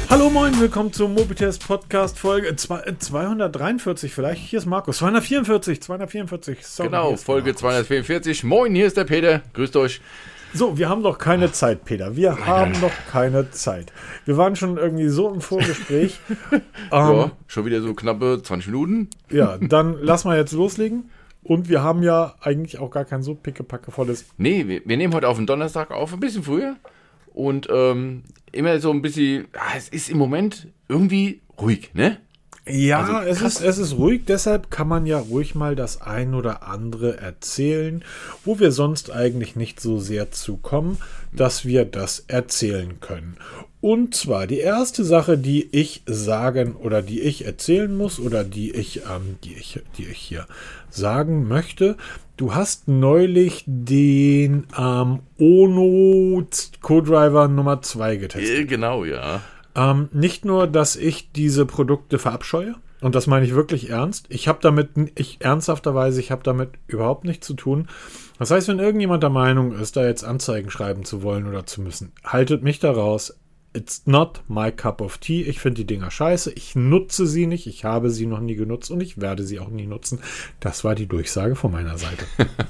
Hallo, moin, willkommen zum Mobitest Podcast Folge 243 vielleicht. Hier ist Markus. 244. Sorry, genau, Folge 244. Moin, hier ist der Peter. Grüßt euch. So, wir haben noch keine Zeit, Peter. Wir haben noch keine Zeit. Wir waren schon irgendwie so im Vorgespräch. Ja, schon wieder so knappe 20 Minuten. Ja, dann lass mal jetzt loslegen. Und wir haben ja eigentlich auch gar kein so pickepackevolles... Nee, wir nehmen heute auf den Donnerstag auf, ein bisschen früher. Und immer so ein bisschen, es ist im Moment irgendwie ruhig, ne? Ja, also, es ist ruhig, deshalb kann man ja ruhig mal das ein oder andere erzählen, wo wir sonst eigentlich nicht so sehr zu kommen, dass wir das erzählen können. Und zwar die erste Sache, die ich sagen oder die ich erzählen muss oder die ich hier sagen möchte. Du hast neulich den Ono Co-Driver Nummer 2 getestet. Genau, ja. Nicht nur, dass ich diese Produkte verabscheue, und das meine ich wirklich ernst. Ich habe damit überhaupt nichts zu tun. Das heißt, wenn irgendjemand der Meinung ist, da jetzt Anzeigen schreiben zu wollen oder zu müssen, haltet mich da raus. It's not my cup of tea. Ich finde die Dinger scheiße. Ich nutze sie nicht. Ich habe sie noch nie genutzt und ich werde sie auch nie nutzen. Das war die Durchsage von meiner Seite.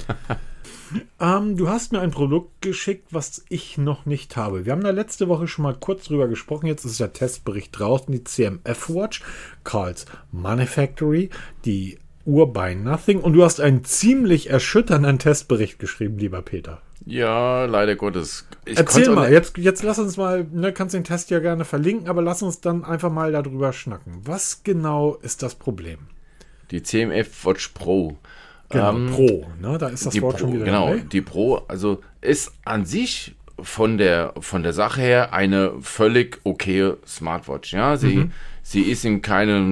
Du hast mir ein Produkt geschickt, was ich noch nicht habe. Wir haben da letzte Woche schon mal kurz drüber gesprochen. Jetzt ist der Testbericht draußen. Die CMF Watch, Carl's Manufactory, die Uhr by Nothing. Und du hast einen ziemlich erschütternden Testbericht geschrieben, lieber Peter. Ja, leider Gottes. Erzähl mal, jetzt lass uns mal, kannst den Test ja gerne verlinken, aber lass uns dann einfach mal darüber schnacken. Was genau ist das Problem? Die CMF Watch Pro. Genau, Pro, ne? Da ist das Wort schon wieder genau, dabei. Die Pro, also ist an sich von der Sache her eine völlig okaye Smartwatch. Ja, sie ist in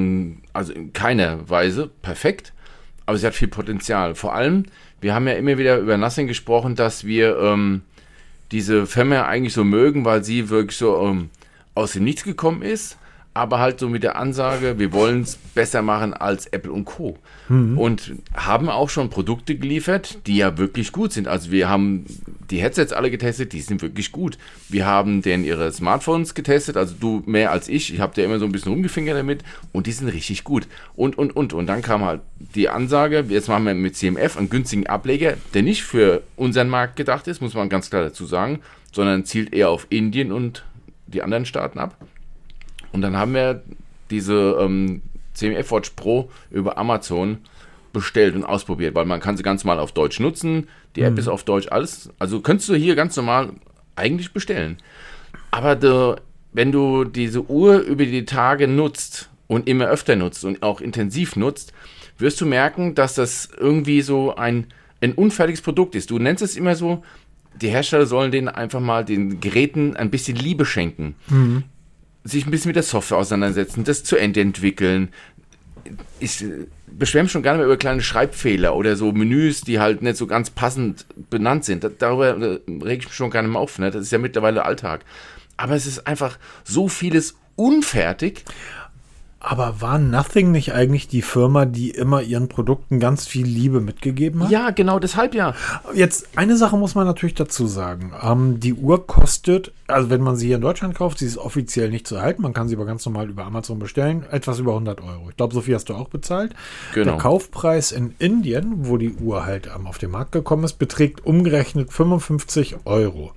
keiner Weise perfekt, aber sie hat viel Potenzial. Vor allem, wir haben ja immer wieder über Nothing gesprochen, dass wir diese Firma eigentlich so mögen, weil sie wirklich so aus dem Nichts gekommen ist, aber halt so mit der Ansage, wir wollen es besser machen als Apple und Co. Und haben auch schon Produkte geliefert, die ja wirklich gut sind. Also wir haben die Headsets alle getestet, die sind wirklich gut. Wir haben ihre Smartphones getestet, also du mehr als ich. Ich habe da immer so ein bisschen rumgefingert damit und die sind richtig gut. Und dann kam halt die Ansage, jetzt machen wir mit CMF einen günstigen Ableger, der nicht für unseren Markt gedacht ist, muss man ganz klar dazu sagen, sondern zielt eher auf Indien und die anderen Staaten ab. Und dann haben wir diese CMF Watch Pro über Amazon bestellt und ausprobiert, weil man kann sie ganz normal auf Deutsch nutzen. Die App ist auf Deutsch, alles. Also könntest du hier ganz normal eigentlich bestellen. Aber wenn du diese Uhr über die Tage nutzt und immer öfter nutzt und auch intensiv nutzt, wirst du merken, dass das irgendwie so ein unfertiges Produkt ist. Du nennst es immer so, die Hersteller sollen denen einfach mal den Geräten ein bisschen Liebe schenken. Sich ein bisschen mit der Software auseinandersetzen, das zu Ende entwickeln. Ich beschwere mich schon gar nicht mehr über kleine Schreibfehler oder so Menüs, die halt nicht so ganz passend benannt sind. Darüber rege ich mich schon gar nicht mehr auf. Ne? Das ist ja mittlerweile Alltag. Aber es ist einfach so vieles unfertig. Aber war Nothing nicht eigentlich die Firma, die immer ihren Produkten ganz viel Liebe mitgegeben hat? Ja, genau, deshalb ja. Jetzt, eine Sache muss man natürlich dazu sagen. Die Uhr kostet, also wenn man sie hier in Deutschland kauft, sie ist offiziell nicht zu erhalten. Man kann sie aber ganz normal über Amazon bestellen. Etwas über 100 Euro. Ich glaube, so viel hast du auch bezahlt. Genau. Der Kaufpreis in Indien, wo die Uhr halt auf den Markt gekommen ist, beträgt umgerechnet 55 Euro.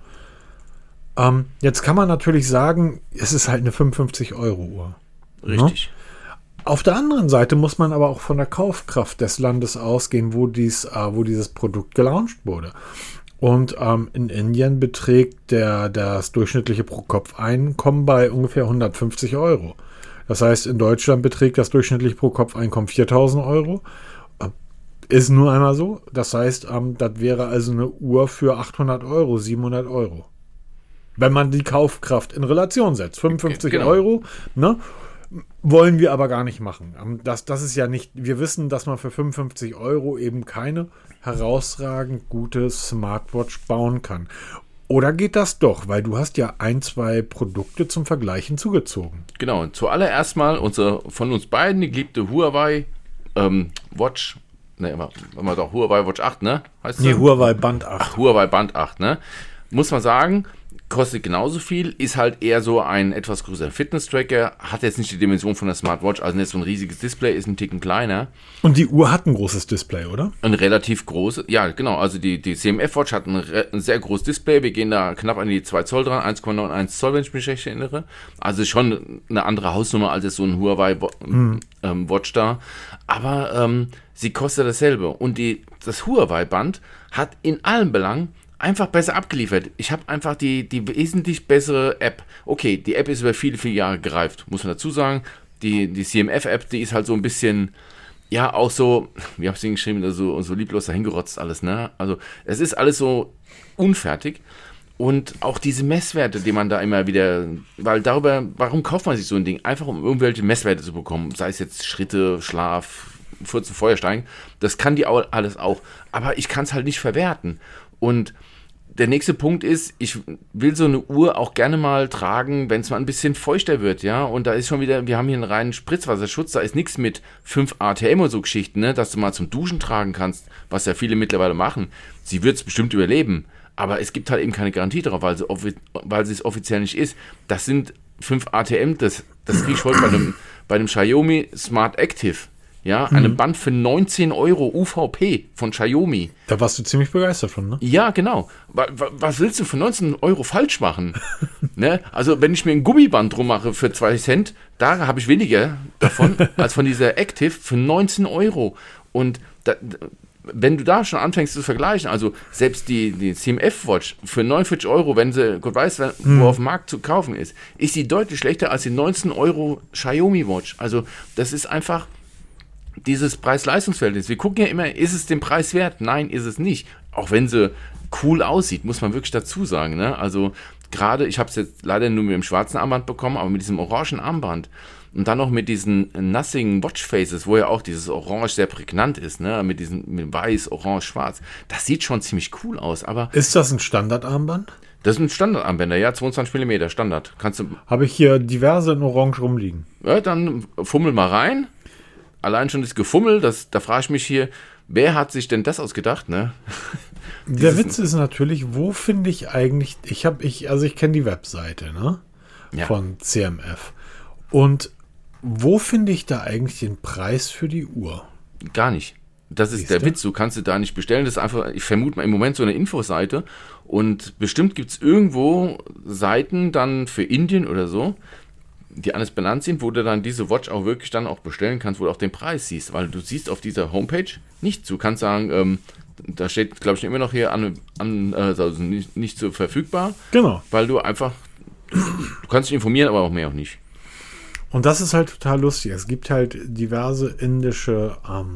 Jetzt kann man natürlich sagen, es ist halt eine 55 Euro Uhr. Richtig. Ja? Auf der anderen Seite muss man aber auch von der Kaufkraft des Landes ausgehen, wo dieses Produkt gelauncht wurde. Und in Indien beträgt das durchschnittliche Pro-Kopf-Einkommen bei ungefähr 150 Euro. Das heißt, in Deutschland beträgt das durchschnittliche Pro-Kopf-Einkommen 4.000 Euro. Ist nur einmal so. Das heißt, das wäre also eine Uhr für 800 Euro, 700 Euro. Wenn man die Kaufkraft in Relation setzt. 55 Euro, ne? Wollen wir aber gar nicht machen. Das ist ja nicht, wir wissen, dass man für 55 Euro eben keine herausragend gute Smartwatch bauen kann. Oder geht das doch? Weil du hast ja 2 Produkte zum Vergleichen zugezogen. Genau, zuallererst mal unsere von uns beiden die geliebte Huawei Watch, Huawei Watch 8, ne? Heißt Huawei Band 8. Huawei Band 8, ne? muss man sagen, kostet genauso viel, ist halt eher so ein etwas größerer Fitness-Tracker, hat jetzt nicht die Dimension von der Smartwatch, also nicht so ein riesiges Display, ist ein Ticken kleiner. Und die Uhr hat ein großes Display, oder? Ein relativ großes, ja genau, also die CMF-Watch hat ein sehr großes Display, wir gehen da knapp an die 2 Zoll dran, 1,91 Zoll, wenn ich mich recht erinnere. Also schon eine andere Hausnummer als jetzt so ein Huawei Watch da, aber sie kostet dasselbe und das Huawei-Band hat in allen Belangen einfach besser abgeliefert. Ich habe einfach die wesentlich bessere App. Okay, die App ist über viele, viele Jahre gereift, muss man dazu sagen. Die CMF-App, die ist halt so ein bisschen, ja, auch so, wie habe ich es geschrieben, so lieblos dahingerotzt alles, ne? Also, es ist alles so unfertig. Und auch diese Messwerte, die man da immer wieder, weil warum kauft man sich so ein Ding? Einfach um irgendwelche Messwerte zu bekommen, sei es jetzt Schritte, Schlaf, Furzen, Feuer steigen, das kann die alles auch. Aber ich kann es halt nicht verwerten. Und der nächste Punkt ist, ich will so eine Uhr auch gerne mal tragen, wenn es mal ein bisschen feuchter wird, ja, und da ist schon wieder, wir haben hier einen reinen Spritzwasserschutz, da ist nichts mit 5 ATM und so Geschichten, ne, dass du mal zum Duschen tragen kannst, was ja viele mittlerweile machen. Sie wird es bestimmt überleben, aber es gibt halt eben keine Garantie darauf, weil sie es offiziell nicht ist. Das sind 5 ATM, das kriege ich heute bei einem Xiaomi Smart Active. Ja, einem Band für 19 Euro UVP von Xiaomi. Da warst du ziemlich begeistert von, ne? Ja, genau. Was willst du für 19 Euro falsch machen? Ne? Also, wenn ich mir ein Gummiband drum mache für 2 Cent, da habe ich weniger davon als von dieser Active für 19 Euro. Und wenn du da schon anfängst zu vergleichen, also selbst die CMF-Watch für 49 Euro, wenn sie, Gott weiß, wo auf dem Markt zu kaufen ist sie deutlich schlechter als die 19 Euro Xiaomi-Watch. Also, das ist einfach dieses Preis-Leistungs-Verhältnis. Wir gucken ja immer, ist es den Preis wert? Nein, ist es nicht. Auch wenn sie cool aussieht, muss man wirklich dazu sagen. Ne? Also gerade, ich habe es jetzt leider nur mit dem schwarzen Armband bekommen, aber mit diesem orangen Armband und dann noch mit diesen Nothing Watch Faces, wo ja auch dieses Orange sehr prägnant ist, ne? mit Weiß, Orange, Schwarz. Das sieht schon ziemlich cool aus. Aber ist das ein Standardarmband? Das ist ein Standardarmbänder, ja, 22 mm Standard. Habe ich hier diverse in Orange rumliegen. Ja, dann fummel mal rein. Allein schon das Gefummel, da frage ich mich hier, wer hat sich denn das ausgedacht, ne? Der Witz ist natürlich, wo finde ich eigentlich, ich kenne die Webseite, ne? Ja. Von CMF. Und wo finde ich da eigentlich den Preis für die Uhr? Gar nicht. Das ist der Witz, du kannst sie da nicht bestellen. Das ist einfach, ich vermute mal im Moment so eine Infoseite. Und bestimmt gibt es irgendwo Seiten dann für Indien oder so, die alles benannt sind, wo du dann diese Watch auch wirklich dann auch bestellen kannst, wo du auch den Preis siehst, weil du siehst auf dieser Homepage nichts. Du kannst sagen, da steht, glaube ich, immer noch hier also nicht so verfügbar. Genau. Weil du einfach, du kannst dich informieren, aber auch mehr auch nicht. Und das ist halt total lustig. Es gibt halt diverse indische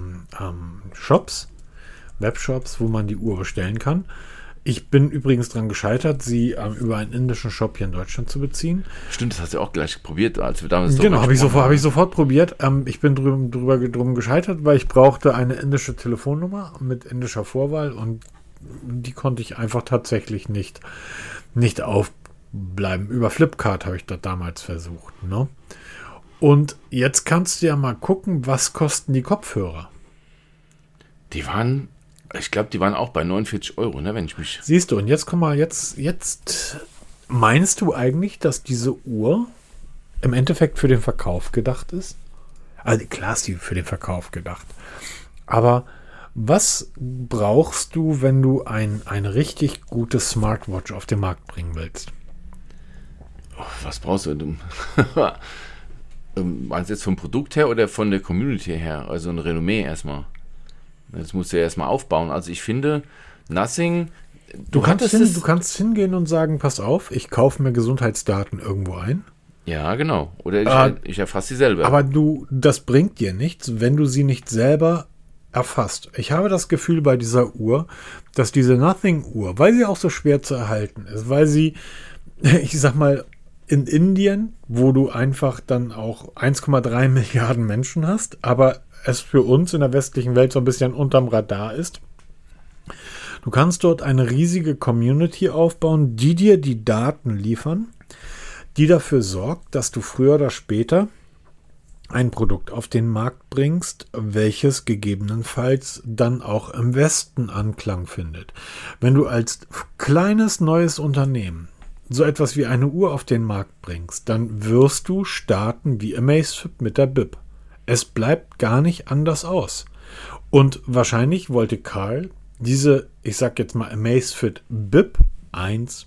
Shops, Webshops, wo man die Uhr bestellen kann. Ich bin übrigens daran gescheitert, sie über einen indischen Shop hier in Deutschland zu beziehen. Stimmt, das hast du auch gleich probiert, als wir damals Genau, habe ich sofort probiert. Ich bin drum gescheitert, weil ich brauchte eine indische Telefonnummer mit indischer Vorwahl und die konnte ich einfach tatsächlich nicht aufbleiben. Über Flipkart habe ich das damals versucht. Ne? Und jetzt kannst du ja mal gucken, was kosten die Kopfhörer. Ich glaube, die waren auch bei 49 Euro, ne, wenn ich mich... Siehst du, und jetzt meinst du eigentlich, dass diese Uhr im Endeffekt für den Verkauf gedacht ist? Also klar ist die für den Verkauf gedacht. Aber was brauchst du, wenn du eine richtig gute Smartwatch auf den Markt bringen willst? Was brauchst du? Meinst du jetzt vom Produkt her oder von der Community her? Also ein Renommee erstmal. Das musst du ja erstmal aufbauen. Also ich finde, Nothing... Du kannst hingehen und sagen, pass auf, ich kaufe mir Gesundheitsdaten irgendwo ein. Ja, genau. Oder ich erfasse sie selber. Aber das bringt dir nichts, wenn du sie nicht selber erfasst. Ich habe das Gefühl bei dieser Uhr, dass diese Nothing-Uhr, weil sie auch so schwer zu erhalten ist, weil sie, ich sag mal, in Indien, wo du einfach dann auch 1,3 Milliarden Menschen hast, aber es für uns in der westlichen Welt so ein bisschen unterm Radar ist. Du kannst dort eine riesige Community aufbauen, die dir die Daten liefern, die dafür sorgt, dass du früher oder später ein Produkt auf den Markt bringst, welches gegebenenfalls dann auch im Westen Anklang findet. Wenn du als kleines neues Unternehmen so etwas wie eine Uhr auf den Markt bringst, dann wirst du starten wie Amazfit mit der BIP. Es bleibt gar nicht anders aus. Und wahrscheinlich wollte Karl diese, ich sag jetzt mal Amazfit BIP 1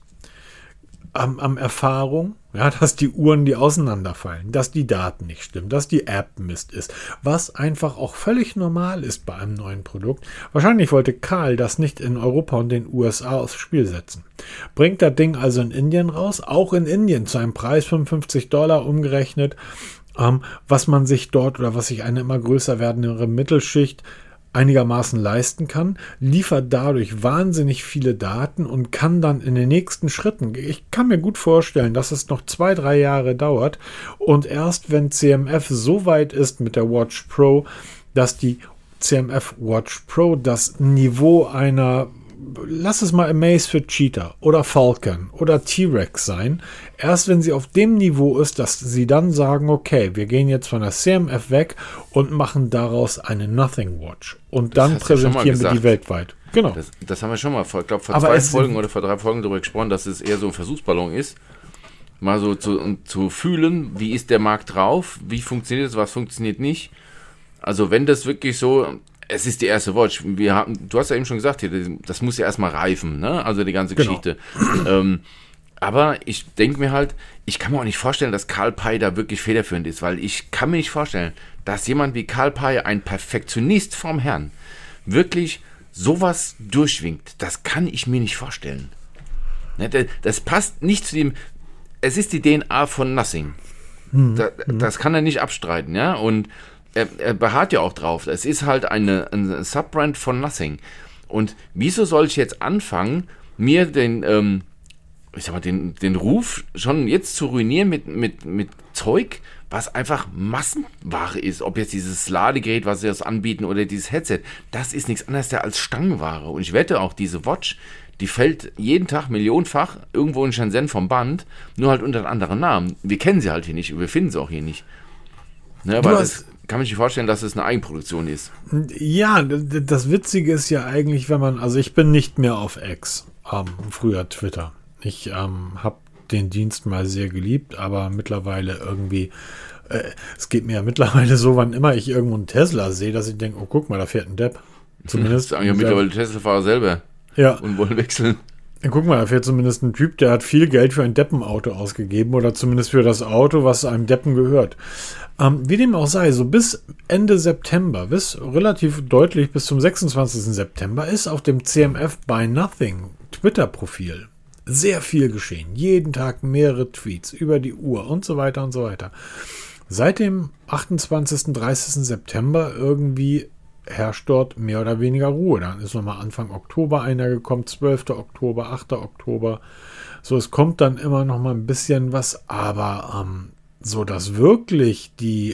am Erfahrung, ja, dass die Uhren, die auseinanderfallen, dass die Daten nicht stimmen, dass die App Mist ist, was einfach auch völlig normal ist bei einem neuen Produkt. Wahrscheinlich wollte Karl das nicht in Europa und den USA aufs Spiel setzen. Bringt das Ding also in Indien raus, auch in Indien zu einem Preis $55 umgerechnet, was man sich dort oder was sich eine immer größer werdende Mittelschicht einigermaßen leisten kann, liefert dadurch wahnsinnig viele Daten und kann dann in den nächsten Schritten, ich kann mir gut vorstellen, dass es noch 2-3 Jahre dauert und erst wenn CMF so weit ist mit der Watch Pro, dass die CMF Watch Pro das Niveau einer, lass es mal Amazfit Cheetah oder Falcon oder T-Rex sein, erst wenn sie auf dem Niveau ist, dass sie dann sagen, okay, wir gehen jetzt von der CMF weg und machen daraus eine Nothing Watch. Und dann präsentieren wir die weltweit. Genau. Das haben wir schon mal, ich glaube, vor 2 Folgen oder vor 3 Folgen darüber gesprochen, dass es eher so ein Versuchsballon ist. Mal so zu fühlen, wie ist der Markt drauf, wie funktioniert es, was funktioniert nicht. Also wenn das wirklich so, es ist die erste Watch, du hast ja eben schon gesagt, das muss ja erstmal reifen, ne? Also die ganze Geschichte. Aber ich denke mir halt, ich kann mir auch nicht vorstellen, dass Carl Pei da wirklich federführend ist, weil ich kann mir nicht vorstellen, dass jemand wie Carl Pei, ein Perfektionist vom Herrn, wirklich sowas durchwinkt. Das kann ich mir nicht vorstellen. Das passt nicht zu dem, es ist die DNA von Nothing. Das kann er nicht abstreiten, ja, und er beharrt ja auch drauf. Es ist halt ein Subbrand von Nothing. Und wieso soll ich jetzt anfangen, mir den Ruf schon jetzt zu ruinieren mit Zeug, was einfach Massenware ist. Ob jetzt dieses Ladegerät, was sie das anbieten, oder dieses Headset, das ist nichts anderes als Stangenware. Und ich wette auch, diese Watch, die fällt jeden Tag millionenfach irgendwo in Shenzhen vom Band, nur halt unter einem anderen Namen. Wir kennen sie halt hier nicht, wir finden sie auch hier nicht. Ne, weil das kann man sich vorstellen, dass es eine Eigenproduktion ist. Ja, das Witzige ist ja eigentlich, also ich bin nicht mehr auf X, früher Twitter. Ich habe den Dienst mal sehr geliebt, aber mittlerweile irgendwie, es geht mir ja mittlerweile so, wann immer ich irgendwo einen Tesla sehe, dass ich denke, oh, guck mal, da fährt ein Depp. Zumindest. Sagen ja mittlerweile Tesla-Fahrer selber. Ja. Und wollen wechseln. Guck mal, da fährt zumindest ein Typ, der hat viel Geld für ein Deppenauto ausgegeben oder zumindest für das Auto, was einem Deppen gehört. Wie dem auch sei, so bis Ende September, bis relativ deutlich bis zum 26. September ist auf dem CMF Buy Nothing Twitter-Profil sehr viel geschehen. Jeden Tag mehrere Tweets über die Uhr und so weiter und so weiter. Seit dem 28. 30. September irgendwie herrscht dort mehr oder weniger Ruhe. Dann ist nochmal Anfang Oktober einer gekommen, 12. Oktober, 8. Oktober. So, es kommt dann immer noch mal ein bisschen was, aber so, dass wirklich die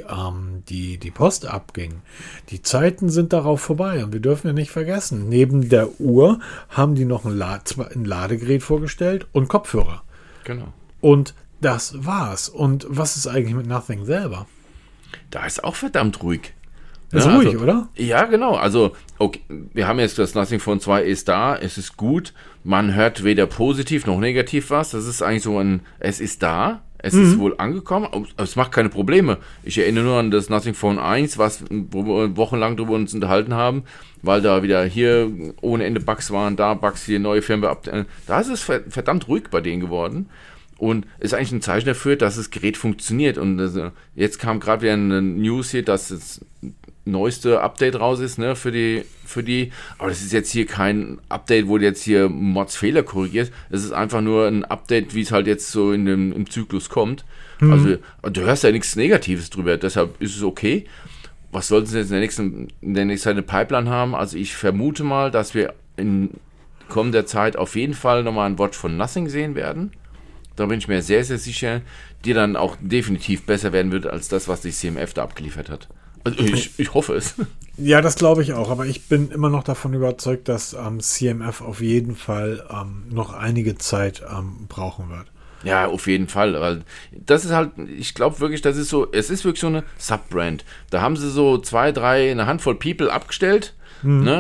Post abging. Die Zeiten sind darauf vorbei und wir dürfen ja nicht vergessen, neben der Uhr haben die noch ein Ladegerät vorgestellt und Kopfhörer. Genau. Und das war's. Und was ist eigentlich mit Nothing selber? Da ist auch verdammt ruhig. Ist ruhig, oder? Ja, genau. Also, okay, wir haben jetzt das Nothing Phone 2 ist da, es ist gut. Man hört weder positiv noch negativ was. Das ist eigentlich so es ist da, es ist wohl angekommen, aber es macht keine Probleme. Ich erinnere nur an das Nothing Phone 1, wo wir wochenlang drüber uns unterhalten haben, weil da wieder hier ohne Ende Bugs waren, da Bugs, hier neue Firmware. Da ist es verdammt ruhig bei denen geworden. Und ist eigentlich ein Zeichen dafür, dass das Gerät funktioniert. Und jetzt kam gerade wieder eine News hier, dass das neueste Update raus ist, ne, für die, aber das ist jetzt hier kein Update, wo du jetzt hier Mods Fehler korrigierst. Es ist einfach nur ein Update, wie es halt jetzt so im Zyklus kommt. Also du hörst ja nichts Negatives drüber, deshalb ist es okay. Was sollten sie jetzt in der nächsten Zeit eine Pipeline haben? Also ich vermute mal, dass wir in kommender Zeit auf jeden Fall nochmal ein Watch von Nothing sehen werden. Da bin ich mir sehr, sehr sicher, die dann auch definitiv besser werden wird als das, was die CMF da abgeliefert hat. Also ich hoffe es. Ja, das glaube ich auch, aber ich bin immer noch davon überzeugt, dass CMF auf jeden Fall noch einige Zeit brauchen wird. Ja, auf jeden Fall, weil das ist halt, ich glaube wirklich, das ist so, es ist wirklich so eine Subbrand. Da haben sie so 2, 3, eine Handvoll People abgestellt, ne?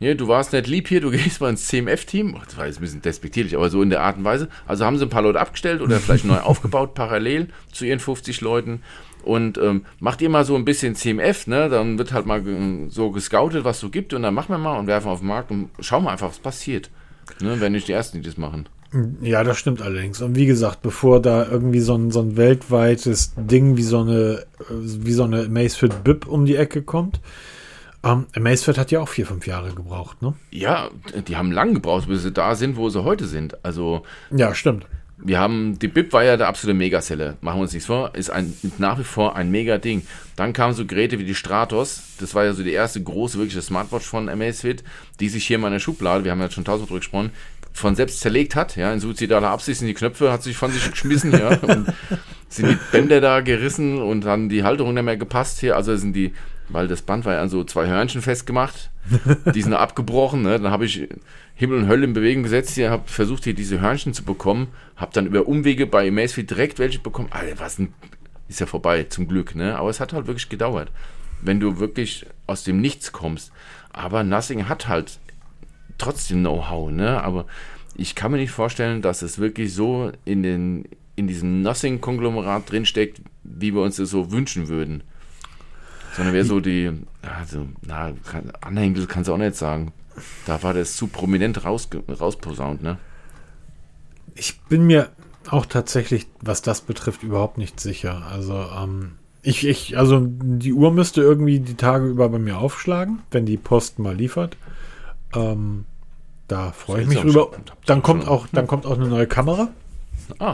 hier, du warst nicht lieb hier, du gehst mal ins CMF-Team. Das war jetzt ein bisschen despektierlich, aber so in der Art und Weise. Also haben sie ein paar Leute abgestellt oder vielleicht neu aufgebaut, parallel zu ihren 50 Leuten. Und macht ihr mal so ein bisschen CMF, ne? Dann wird halt mal so gescoutet, was es so gibt. Und dann machen wir mal und werfen auf den Markt und schauen wir einfach, was passiert. Ne? Wenn nicht die Ersten, die das machen. Ja, das stimmt allerdings. Und wie gesagt, bevor da irgendwie so ein weltweites Ding wie so eine Amazfit Bip um die Ecke kommt. Amazfit hat ja auch 4-5 Jahre gebraucht, ne? Ja, die haben lang gebraucht, bis sie da sind, wo sie heute sind. Also ja, stimmt. Die Bip war ja der absolute Megaseller. Machen wir uns nichts vor, ist nach wie vor ein Mega-Ding. Dann kamen so Geräte wie die Stratos. Das war ja so die erste große, wirkliche Smartwatch von Amazfit, die sich hier in meiner Schublade, wir haben ja schon 1000 drüber gesprochen, von selbst zerlegt hat, ja, in suizidaler Absicht sind die Knöpfe, hat sich von sich geschmissen, ja, und sind die Bänder da gerissen und dann die Halterung nicht mehr gepasst hier, also weil das Band war ja an so 2 Hörnchen festgemacht, die sind abgebrochen, ne, dann habe ich Himmel und Hölle in Bewegung gesetzt, hier, habe versucht hier diese Hörnchen zu bekommen, habe dann über Umwege bei Amazfit direkt welche bekommen, Alter, ist ja vorbei, zum Glück, ne, aber es hat halt wirklich gedauert, wenn du wirklich aus dem Nichts kommst, aber Nothing hat halt trotzdem Know-how, ne? Aber ich kann mir nicht vorstellen, dass es wirklich so in diesem Nothing-Konglomerat drinsteckt, wie wir uns das so wünschen würden. Sondern wäre so Anhängsel kannst du auch nicht sagen. Da war das zu prominent rausposaunt, ne? Ich bin mir auch tatsächlich, was das betrifft, überhaupt nicht sicher. Also, also die Uhr müsste irgendwie die Tage über bei mir aufschlagen, wenn die Post mal liefert. Da freue ich mich drüber. Dann kommt auch eine neue Kamera. Ah.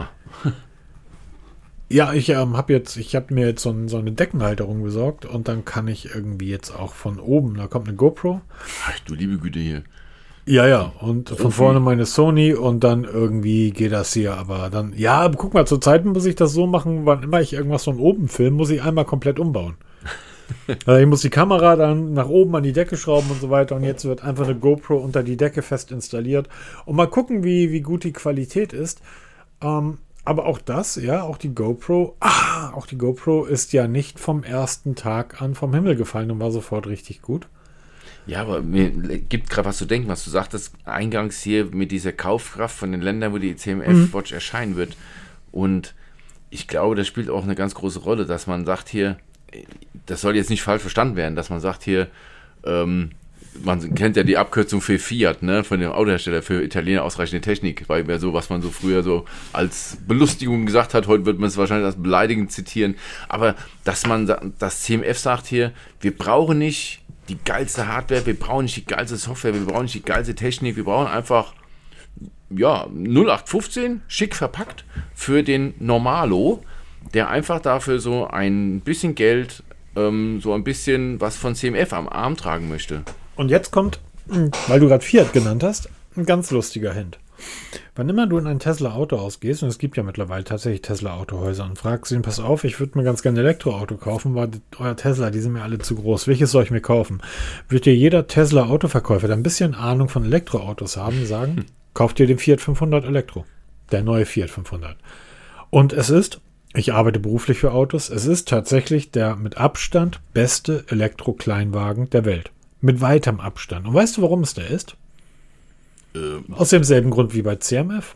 Ja, ich habe mir jetzt so eine Deckenhalterung besorgt und dann kann ich irgendwie jetzt auch von oben, da kommt eine GoPro. Ach du liebe Güte hier. Ja, und von vorne meine Sony und dann irgendwie geht das hier, aber dann, ja, guck mal, zur Zeit muss ich das so machen, wann immer ich irgendwas von oben filme, muss ich einmal komplett umbauen. Also ich muss die Kamera dann nach oben an die Decke schrauben und so weiter und jetzt wird einfach eine GoPro unter die Decke fest installiert und mal gucken, wie gut die Qualität ist. Aber auch das, ja, auch die GoPro ist ja nicht vom ersten Tag an vom Himmel gefallen und war sofort richtig gut. Ja, aber mir gibt gerade was zu denken, was du sagtest, eingangs hier mit dieser Kaufkraft von den Ländern, wo die CMF-Watch erscheinen wird. Und ich glaube, das spielt auch eine ganz große Rolle, dass man sagt hier, das soll jetzt nicht falsch verstanden werden, dass man sagt hier, man kennt ja die Abkürzung für Fiat, ne, von dem Autohersteller, für Italiener ausreichende Technik, weil wäre so, was man so früher so als Belustigung gesagt hat, heute wird man es wahrscheinlich als beleidigend zitieren, aber dass das CMF sagt hier, wir brauchen nicht die geilste Hardware, wir brauchen nicht die geilste Software, wir brauchen nicht die geilste Technik, wir brauchen einfach, ja, 0815, schick verpackt für den Normalo, der einfach dafür so ein bisschen Geld, so ein bisschen was von CMF am Arm tragen möchte. Und jetzt kommt, weil du gerade Fiat genannt hast, ein ganz lustiger Hint. Wann immer du in ein Tesla-Auto ausgehst, und es gibt ja mittlerweile tatsächlich Tesla-Autohäuser, und fragst ihn, pass auf, ich würde mir ganz gerne ein Elektroauto kaufen, weil euer Tesla, die sind mir alle zu groß. Welches soll ich mir kaufen? Wird dir jeder Tesla-Autoverkäufer, der ein bisschen Ahnung von Elektroautos haben, sagen, kauf dir den Fiat 500 Elektro. Der neue Fiat 500. Und es ist, ich arbeite beruflich für Autos, es ist tatsächlich der mit Abstand beste Elektro-Kleinwagen der Welt. Mit weitem Abstand. Und weißt du, warum es der ist? Aus demselben Grund wie bei CMF.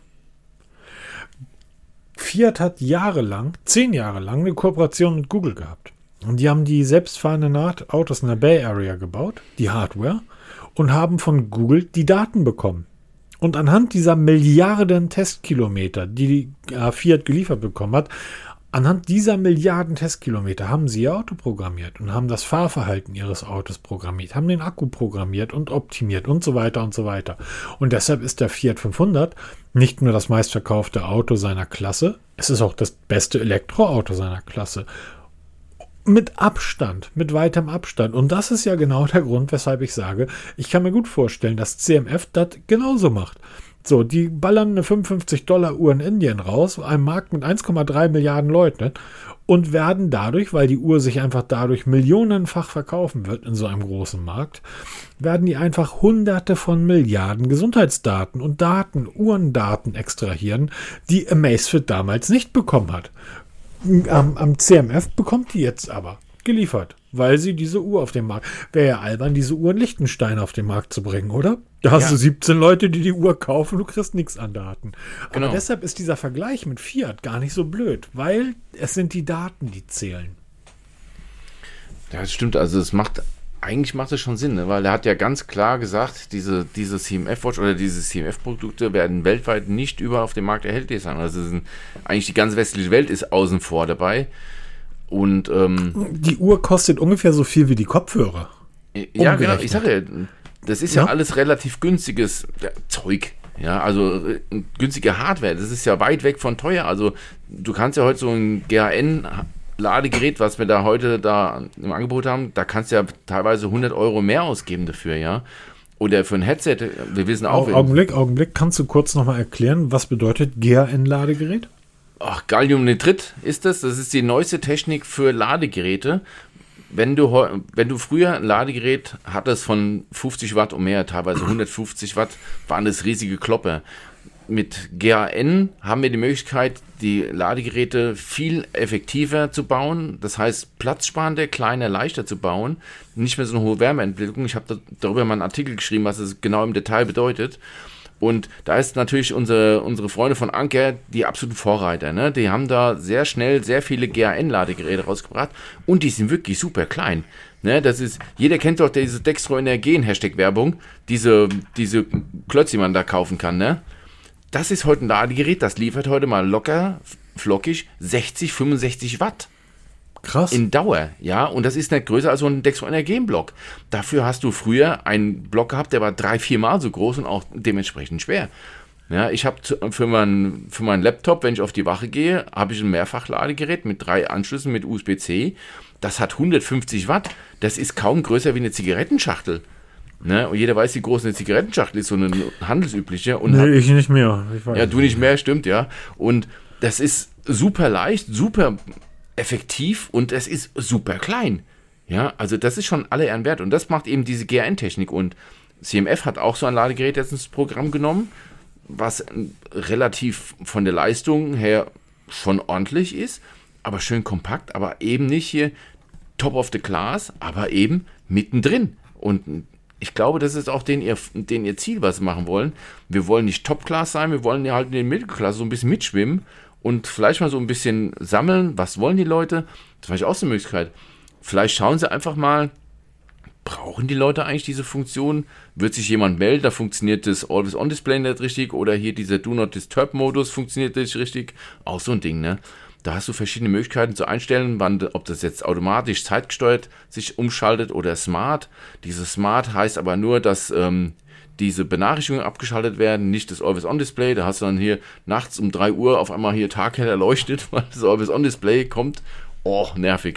Fiat hat 10 Jahre lang eine Kooperation mit Google gehabt. Und die haben die selbstfahrenden Autos in der Bay Area gebaut, die Hardware, und haben von Google die Daten bekommen. Und anhand dieser Milliarden Testkilometer, die Fiat geliefert bekommen hat, anhand dieser Milliarden Testkilometer haben sie ihr Auto programmiert und haben das Fahrverhalten ihres Autos programmiert, haben den Akku programmiert und optimiert und so weiter und so weiter. Und deshalb ist der Fiat 500 nicht nur das meistverkaufte Auto seiner Klasse, es ist auch das beste Elektroauto seiner Klasse. Mit Abstand, mit weitem Abstand. Und das ist ja genau der Grund, weshalb ich sage, ich kann mir gut vorstellen, dass CMF das genauso macht. So, die ballern eine $55-Uhr in Indien raus, einem Markt mit 1,3 Milliarden Leuten und werden dadurch, weil die Uhr sich einfach dadurch millionenfach verkaufen wird in so einem großen Markt, werden die einfach hunderte von Milliarden Gesundheitsdaten und Uhrendaten extrahieren, die Amazfit damals nicht bekommen hat. Am CMF bekommt die jetzt aber geliefert. weil sie diese Uhr auf den Markt. Wäre ja albern, diese Uhr in Liechtenstein auf den Markt zu bringen, oder? Da hast du 17 Leute, die Uhr kaufen, du kriegst nichts an Daten. Genau. Aber deshalb ist dieser Vergleich mit Fiat gar nicht so blöd, weil es sind die Daten, die zählen. Ja, das stimmt. Also eigentlich macht es schon Sinn, ne? Weil er hat ja ganz klar gesagt, diese CMF-Watch oder diese CMF-Produkte werden weltweit nicht überall auf dem Markt erhältlich sein. Also eigentlich die ganze westliche Welt ist außen vor dabei. Und die Uhr kostet ungefähr so viel wie die Kopfhörer. Ja, genau. Ich sage ja, das ist ja alles relativ günstiges Zeug. Ja, also günstige Hardware. Das ist ja weit weg von teuer. Also du kannst ja heute so ein GAN Ladegerät, was wir da heute im Angebot haben, da kannst du ja teilweise 100 Euro mehr ausgeben dafür, ja. Oder für ein Headset, wir wissen auch... Augenblick, kannst du kurz nochmal erklären, was bedeutet GAN-Ladegerät? Ach, Galliumnitrid ist das. Das ist die neueste Technik für Ladegeräte. Wenn du früher ein Ladegerät hattest von 50 Watt und mehr, teilweise 150 Watt, waren das riesige Klopper. Mit GAN haben wir die Möglichkeit, die Ladegeräte viel effektiver zu bauen. Das heißt, platzsparender, kleiner, leichter zu bauen. Nicht mehr so eine hohe Wärmeentwicklung. Ich habe darüber mal einen Artikel geschrieben, was es genau im Detail bedeutet. Und da ist natürlich unsere Freunde von Anker die absoluten Vorreiter. Ne? Die haben da sehr schnell sehr viele GAN-Ladegeräte rausgebracht. Und die sind wirklich super klein. Ne? Jeder kennt doch diese Dextroenergen-Hashtag-Werbung. Diese Klötze, die man da kaufen kann, ne? Das ist heute ein Ladegerät, das liefert heute mal locker, flockig 60, 65 Watt. Krass. In Dauer, ja. Und das ist nicht größer als so ein Dextroenergen-Block. Dafür hast du früher einen Block gehabt, der war 3-4 Mal so groß und auch dementsprechend schwer. Ja, ich habe für meinen Laptop, wenn ich auf die Wache gehe, habe ich ein Mehrfachladegerät mit 3 Anschlüssen mit USB-C. Das hat 150 Watt. Das ist kaum größer wie eine Zigarettenschachtel. Ne? Und jeder weiß, wie groß eine Zigarettenschachtel ist, so eine handelsübliche. Und ich nicht mehr. Ja, du nicht mehr, stimmt, ja. Und das ist super leicht, super effektiv und es ist super klein. Ja, also das ist schon alle Ehren wert. Und das macht eben diese GAN-Technik. Und CMF hat auch so ein Ladegerät jetzt ins Programm genommen, was relativ von der Leistung her schon ordentlich ist, aber schön kompakt, aber eben nicht hier top of the class, aber eben mittendrin. Und ich glaube, das ist auch den ihr Ziel, was sie machen wollen. Wir wollen nicht Top-Class sein, wir wollen ja halt in den Mittelklasse so ein bisschen mitschwimmen und vielleicht mal so ein bisschen sammeln. Was wollen die Leute? Das ist vielleicht auch so eine Möglichkeit. Vielleicht schauen sie einfach mal, brauchen die Leute eigentlich diese Funktion? Wird sich jemand melden, da funktioniert das Always-On-Display nicht richtig oder hier dieser Do-Not-Disturb-Modus funktioniert nicht richtig? Auch so ein Ding, ne? Da hast du verschiedene Möglichkeiten zu einstellen, ob das jetzt automatisch zeitgesteuert sich umschaltet oder smart. Dieses Smart heißt aber nur, dass diese Benachrichtigungen abgeschaltet werden, nicht das Always-On-Display. Da hast du dann hier nachts um 3 Uhr auf einmal hier taghell erleuchtet, weil das Always-On-Display kommt. Oh, nervig.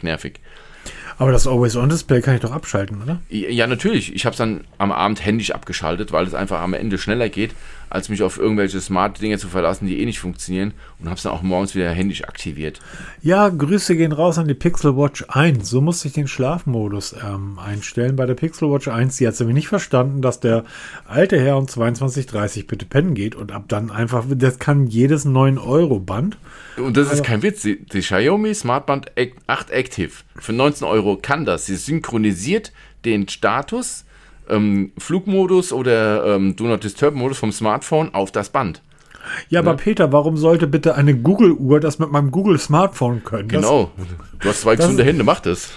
Aber das Always-On-Display kann ich doch abschalten, oder? Ja, natürlich. Ich habe es dann am Abend händisch abgeschaltet, weil es einfach am Ende schneller geht, als mich auf irgendwelche Smart-Dinge zu verlassen, die eh nicht funktionieren. Und habe es dann auch morgens wieder händisch aktiviert. Ja, Grüße gehen raus an die Pixel Watch 1. So musste ich den Schlafmodus einstellen. Bei der Pixel Watch 1, die hat es nämlich nicht verstanden, dass der alte Herr um 22:30 bitte pennen geht und ab dann einfach, das kann jedes 9-Euro-Band. Und das ist kein Witz. Die Xiaomi Smartband 8 Active für 19 Euro kann das. Sie synchronisiert den Status, Flugmodus oder Do-Not-Disturb-Modus vom Smartphone auf das Band. Ja, aber Peter, warum sollte bitte eine Google-Uhr das mit meinem Google-Smartphone können? Genau. Du hast 2 gesunde Hände, mach das.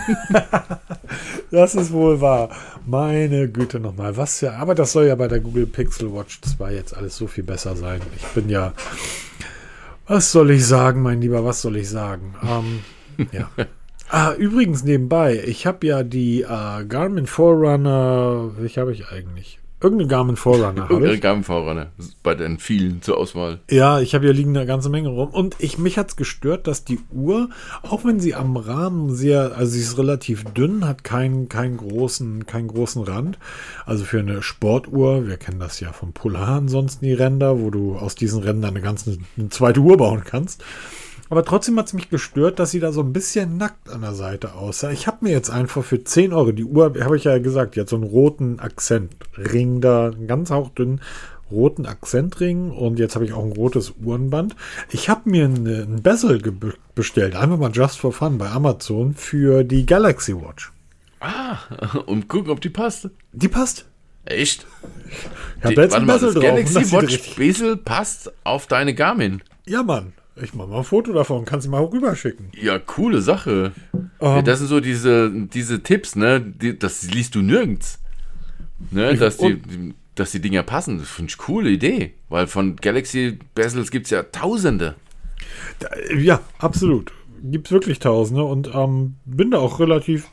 Das ist wohl wahr. Meine Güte nochmal. Was ja, aber das soll ja bei der Google Pixel Watch 2 jetzt alles so viel besser sein. Ich bin ja... Was soll ich sagen, mein Lieber, was soll ich sagen? Ja. Übrigens nebenbei, ich habe ja die Garmin Forerunner, welche habe ich eigentlich? Irgendeine Garmin Forerunner habe ich. Irgendeine Garmin Forerunner, bei den vielen zur Auswahl. Ja, ich habe ja liegen eine ganze Menge rum. Und mich hat es gestört, dass die Uhr, auch wenn sie am Rahmen also sie ist relativ dünn, hat keinen großen Rand. Also für eine Sportuhr, wir kennen das ja vom Polar ansonsten die Ränder, wo du aus diesen Rändern eine zweite Uhr bauen kannst. Aber trotzdem hat es mich gestört, dass sie da so ein bisschen nackt an der Seite aussah. Ich habe mir jetzt einfach für 10 Euro, die Uhr, habe ich ja gesagt, die hat so einen roten Akzentring da, ganz hauchdünn, roten Akzentring und jetzt habe ich auch ein rotes Uhrenband. Ich habe mir einen Bezel bestellt, einfach mal just for fun bei Amazon für die Galaxy Watch. Und gucken, ob die passt. Die passt. Echt? Ich habe jetzt ein Bezel das drauf. Galaxy Watch Bezel passt auf deine Garmin. Ja, Mann. Ich mache mal ein Foto davon, kannst du mal rüberschicken. Ja, coole Sache. Ja, das sind so diese Tipps, ne? Das liest du nirgends. Ne? Dass die Dinger passen. Das finde ich eine coole Idee. Weil von Galaxy Bezels gibt es ja Tausende. Ja, absolut. Gibt es wirklich Tausende und bin da auch relativ...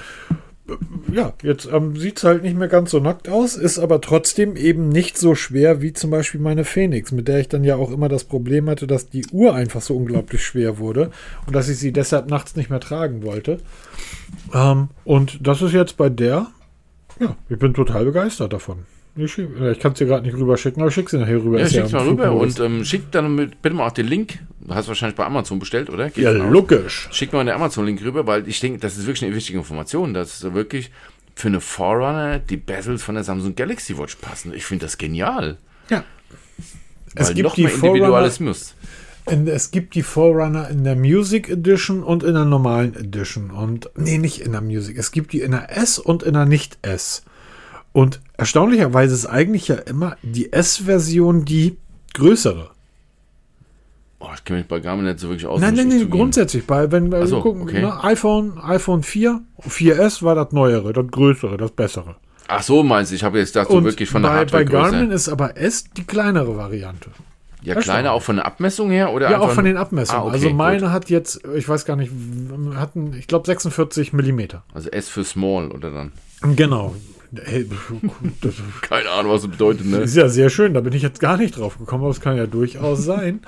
jetzt sieht es halt nicht mehr ganz so nackt aus, ist aber trotzdem eben nicht so schwer wie zum Beispiel meine Phoenix, mit der ich dann ja auch immer das Problem hatte, dass die Uhr einfach so unglaublich schwer wurde und dass ich sie deshalb nachts nicht mehr tragen wollte. Und das ist jetzt bei der, ich bin total begeistert davon. Ich kann es dir gerade nicht rüberschicken, aber ich schicke sie nachher rüber. Ja, schick's mal rüber und schick dann bitte mal auch den Link. Du hast wahrscheinlich bei Amazon bestellt, oder? Ja, logisch. Schick mal den Amazon-Link rüber, weil ich denke, das ist wirklich eine wichtige Information, dass wirklich für eine Forerunner die Bezels von der Samsung Galaxy Watch passen. Ich finde das genial. Ja. Weil es gibt noch mehr Individualismus. Es gibt die Forerunner in der Music Edition und in der normalen Edition. Und nicht in der Music. Es gibt die in der S und in der Nicht-S. Und erstaunlicherweise ist eigentlich ja immer die S-Version die größere. Ich kenne mich bei Garmin nicht so wirklich aus. Nein, grundsätzlich. Wenn wir gucken, okay. Ne, iPhone 4, 4S war das neuere, das größere, das bessere. Ach so, meinst du? Ich habe jetzt dazu wirklich von der Hardware bei Garmin ist aber S die kleinere Variante. Ja, kleiner auch von der Abmessung her? Oder ja, auch von den Abmessungen. Okay, also meine hat jetzt, ich weiß gar nicht, ich glaube 46 Millimeter. Also S für Small oder dann? Genau. Keine Ahnung, was das bedeutet, ne? Ist ja sehr schön, da bin ich jetzt gar nicht drauf gekommen, aber es kann ja durchaus sein.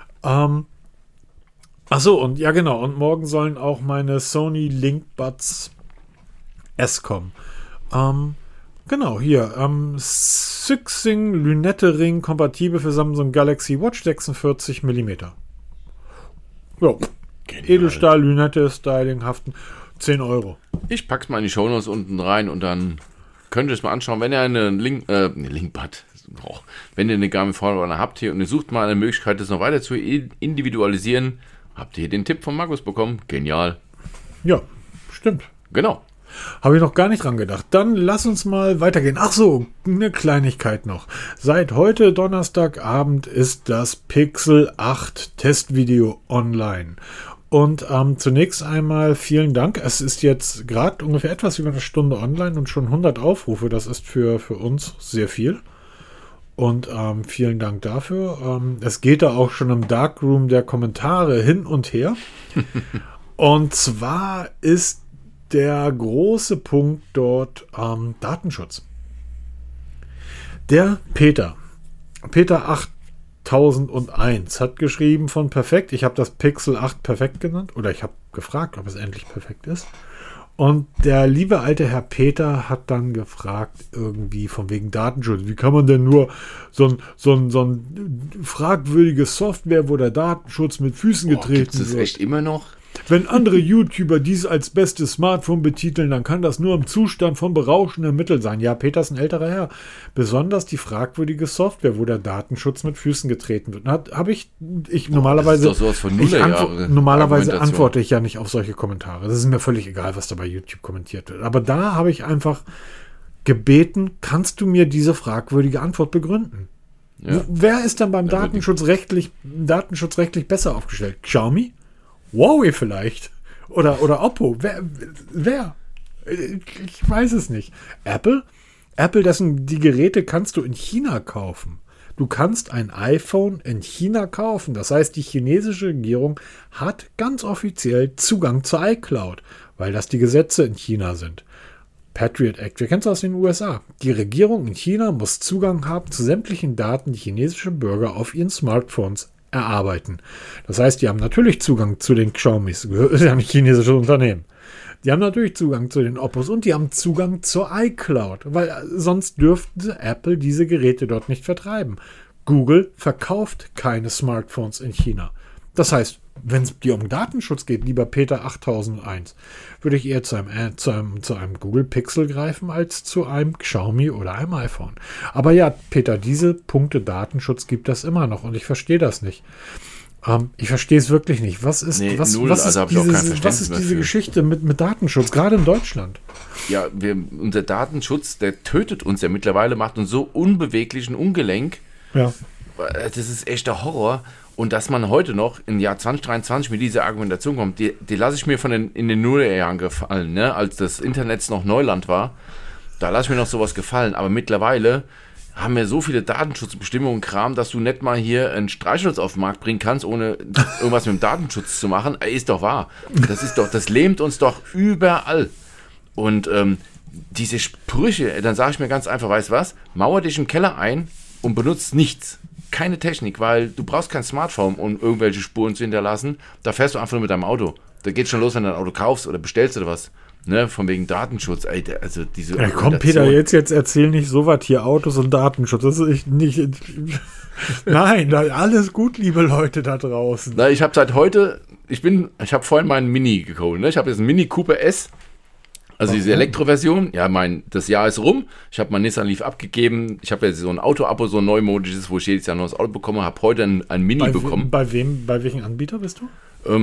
Achso, und ja genau, und morgen sollen auch meine Sony LinkBuds S kommen. Genau, hier, Sixing Lünette Ring, kompatibel für Samsung Galaxy Watch, 46 mm. Ja, Edelstahl, Lünette, Styling, Haften, 10 Euro. Ich pack's mal in die Shownotes unten rein und dann könnt ihr es mal anschauen, wenn ihr eine LinkBud, wenn ihr eine Garmin Forerunner habt hier und ihr sucht mal eine Möglichkeit, das noch weiter zu individualisieren, habt ihr hier den Tipp von Markus bekommen. Genial. Ja, stimmt. Genau. Habe ich noch gar nicht dran gedacht. Dann lass uns mal weitergehen. Ach so, eine Kleinigkeit noch. Seit heute Donnerstagabend ist das Pixel 8 Testvideo online. Und zunächst einmal vielen Dank. Es ist jetzt gerade ungefähr etwas über eine Stunde online und schon 100 Aufrufe. Das ist für uns sehr viel. Und vielen Dank dafür. Es geht da auch schon im Darkroom der Kommentare hin und her. Und zwar ist der große Punkt dort Datenschutz. Der Peter 8001 hat geschrieben von perfekt. Ich habe das Pixel 8 perfekt genannt oder ich habe gefragt, ob es endlich perfekt ist. Und der liebe alte Herr Peter hat dann gefragt, irgendwie von wegen Datenschutz. Wie kann man denn nur so ein fragwürdige Software, wo der Datenschutz mit Füßen getreten wird? Gibt es echt immer noch? Wenn andere YouTuber dies als bestes Smartphone betiteln, dann kann das nur im Zustand von berauschendem Mittel sein. Ja, Peter ist ein älterer Herr. Besonders die fragwürdige Software, wo der Datenschutz mit Füßen getreten wird. Normalerweise, das ist doch sowas von Nullerjahre. Normalerweise antworte ich ja nicht auf solche Kommentare. Das ist mir völlig egal, was da bei YouTube kommentiert wird. Aber da habe ich einfach gebeten, kannst du mir diese fragwürdige Antwort begründen? Ja. Wer ist dann beim Datenschutz rechtlich besser aufgestellt? Xiaomi? Huawei vielleicht. Oder Oppo. Wer? Ich weiß es nicht. Apple? Die Geräte kannst du in China kaufen. Du kannst ein iPhone in China kaufen. Das heißt, die chinesische Regierung hat ganz offiziell Zugang zur iCloud, weil das die Gesetze in China sind. Patriot Act, wir kennen es aus den USA. Die Regierung in China muss Zugang haben zu sämtlichen Daten, die chinesische Bürger auf ihren Smartphones erarbeiten. Das heißt, die haben natürlich Zugang zu den Xiaomis, das ist ja ein chinesisches Unternehmen. Die haben natürlich Zugang zu den Oppos und die haben Zugang zur iCloud, weil sonst dürfte Apple diese Geräte dort nicht vertreiben. Google verkauft keine Smartphones in China. Das heißt, wenn es dir um Datenschutz geht, lieber Peter 8001, würde ich eher zu einem Google Pixel greifen, als zu einem Xiaomi oder einem iPhone. Aber ja, Peter, diese Punkte Datenschutz gibt das immer noch und ich verstehe das nicht. Ich verstehe es wirklich nicht. Was ist diese Geschichte mit Datenschutz, gerade in Deutschland? Ja, unser Datenschutz, der tötet uns ja mittlerweile, macht uns so unbeweglich und ungelenk. Ja. Das ist echt der Horror. Und dass man heute noch im Jahr 2023 mit dieser Argumentation kommt, die lasse ich mir in den Nullerjahren gefallen, ne? Als das Internet noch Neuland war. Da lasse ich mir noch sowas gefallen. Aber mittlerweile haben wir so viele Datenschutzbestimmungen und Kram, dass du nicht mal hier einen Streichholz auf den Markt bringen kannst, ohne irgendwas mit dem Datenschutz zu machen. Ist doch wahr. Das lähmt uns doch überall. Und diese Sprüche, dann sage ich mir ganz einfach, weißt du was? Mauer dich im Keller ein und benutzt nichts. Keine Technik, weil du brauchst kein Smartphone, um irgendwelche Spuren zu hinterlassen. Da fährst du einfach nur mit deinem Auto. Da geht schon los, wenn du ein Auto kaufst oder bestellst oder was. Ne, von wegen Datenschutz. Ey, also diese komm, Peter, jetzt erzähl nicht so was hier, Autos und Datenschutz. Das ist nicht. Nein, alles gut, liebe Leute da draußen. Na, ich habe seit heute, ich habe vorhin meinen Mini geholt. Ne? Ich habe jetzt einen Mini Cooper S. Also diese Elektroversion, ja, das Jahr ist rum. Ich habe mein Nissan Leaf abgegeben. Ich habe ja so ein Auto-Abo, so ein neumodisches, wo ich jedes Jahr noch das Auto bekomme. Habe heute ein Mini bekommen. Bei welchem Anbieter bist du?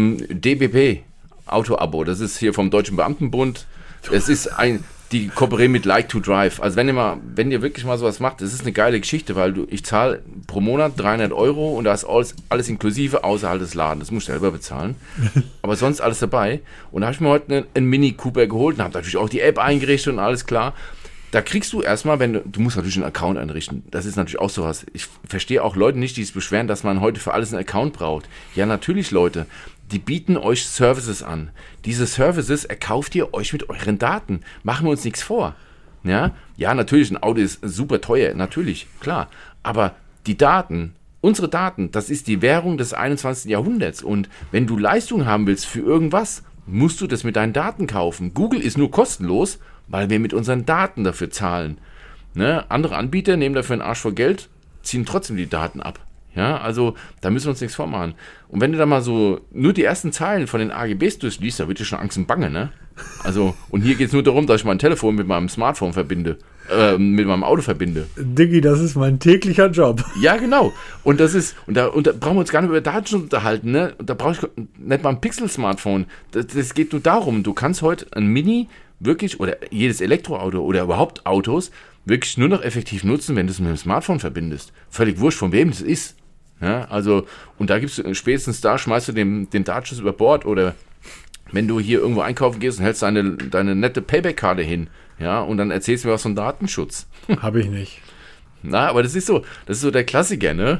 DBB. Auto-Abo, das ist hier vom Deutschen Beamtenbund. Es ist die kooperieren mit Like to Drive. Also wenn ihr wirklich mal sowas macht, das ist eine geile Geschichte, weil ich zahle pro Monat 300 € und da ist alles inklusive, außerhalb des Ladens. Das muss ich selber bezahlen. Aber sonst alles dabei. Und da habe ich mir heute einen Mini Cooper geholt und habe natürlich auch die App eingerichtet und alles klar. Da kriegst du erstmal, du musst natürlich einen Account einrichten. Das ist natürlich auch sowas. Ich verstehe auch Leute nicht, die sich beschweren, dass man heute für alles einen Account braucht. Ja, natürlich, Leute. Die bieten euch Services an. Diese Services erkauft ihr euch mit euren Daten. Machen wir uns nichts vor. Ja, natürlich, ein Auto ist super teuer. Natürlich, klar. Aber die Daten, unsere Daten, das ist die Währung des 21. Jahrhunderts. Und wenn du Leistung haben willst für irgendwas, musst du das mit deinen Daten kaufen. Google ist nur kostenlos, weil wir mit unseren Daten dafür zahlen. Ne? Andere Anbieter nehmen dafür einen Arsch voll Geld, ziehen trotzdem die Daten ab. Ja, also da müssen wir uns nichts vormachen. Und wenn du da mal so nur die ersten Zeilen von den AGBs durchliest, da wird dir schon Angst und Bange, ne? Also, und hier geht es nur darum, dass ich mein Telefon mit meinem Smartphone verbinde, mit meinem Auto verbinde. Diggi, das ist mein täglicher Job. Ja, genau. Und da brauchen wir uns gar nicht über Datenschutz unterhalten, ne? Und da brauche ich nicht mal ein Pixel-Smartphone. Das geht nur darum, du kannst heute ein Mini wirklich, oder jedes Elektroauto oder überhaupt Autos, wirklich nur noch effektiv nutzen, wenn du es mit dem Smartphone verbindest. Völlig wurscht, von wem das ist. Ja, also, und da gibst du spätestens schmeißt du den Datenschutz über Bord oder wenn du hier irgendwo einkaufen gehst und hältst deine nette Payback-Karte hin, ja, und dann erzählst du mir was von Datenschutz. Habe ich nicht. Na, aber das ist so der Klassiker, ne?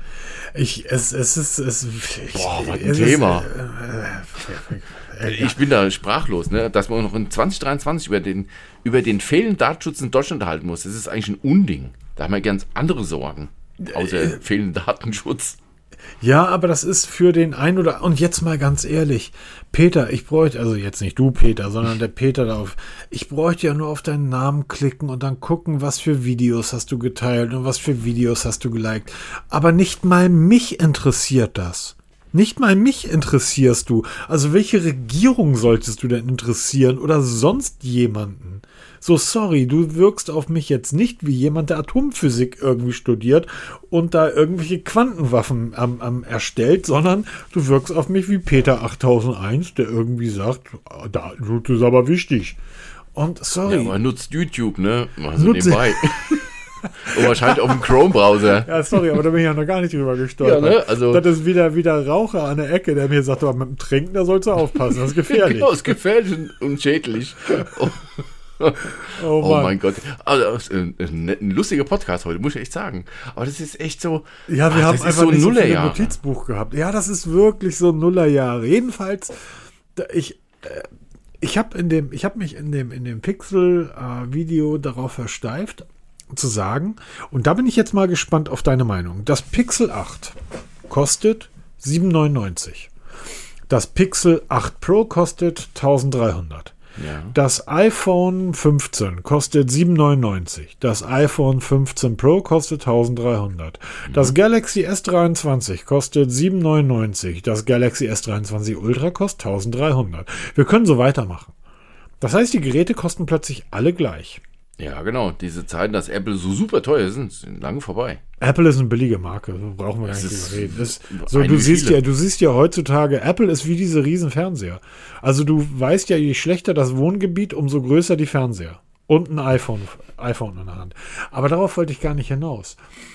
Was ein Thema. Ich bin da sprachlos, ne? Dass man noch in 2023 über den fehlenden Datenschutz in Deutschland unterhalten muss. Das ist eigentlich ein Unding. Da haben wir ganz andere Sorgen, außer fehlenden Datenschutz. Ja, aber das ist für den einen oder... Und jetzt mal ganz ehrlich, Peter, ich bräuchte... Also jetzt nicht du, Peter, sondern der Peter darauf. Ich bräuchte ja nur auf deinen Namen klicken und dann gucken, was für Videos hast du geteilt und was für Videos hast du geliked. Aber nicht mal mich interessiert das. Nicht mal mich interessierst du. Also welche Regierung solltest du denn interessieren oder sonst jemanden? So, sorry, du wirkst auf mich jetzt nicht wie jemand, der Atomphysik irgendwie studiert und da irgendwelche Quantenwaffen erstellt, sondern du wirkst auf mich wie Peter 8001, der irgendwie sagt, das ist aber wichtig. Und sorry. Ja, man nutzt YouTube, ne? Also nebenbei. Und wahrscheinlich auf dem Chrome-Browser. Ja, sorry, aber da bin ich ja noch gar nicht drüber gestolpert. Ja, ne? Also, das ist wieder Raucher an der Ecke, der mir sagt, aber mit dem Trinken, da sollst du aufpassen, das ist gefährlich. Genau, das ist gefährlich und schädlich. Oh mein Gott. Also, ein lustiger Podcast heute, muss ich echt sagen. Aber das ist echt so... Ja, wir haben einfach so nicht so viel Notizbuch gehabt. Ja, das ist wirklich so Nullerjahre. Jedenfalls, ich habe mich in dem Pixel-Video darauf versteift, zu sagen, und da bin ich jetzt mal gespannt auf deine Meinung. Das Pixel 8 kostet 7,99. Das Pixel 8 Pro kostet 1.300. Ja. Das iPhone 15 kostet 799. Das iPhone 15 Pro kostet 1300. Das Galaxy S23 kostet 799. Das Galaxy S23 Ultra kostet 1300. Wir können so weitermachen. Das heißt, die Geräte kosten plötzlich alle gleich. Ja, genau. Diese Zeiten, dass Apple so super teuer sind lange vorbei. Apple ist eine billige Marke, so brauchen wir gar nicht drüber reden. Du siehst ja heutzutage, Apple ist wie diese riesen Fernseher. Also du weißt ja, je schlechter das Wohngebiet, umso größer die Fernseher. Und ein iPhone in der Hand. Aber darauf wollte ich gar nicht hinaus.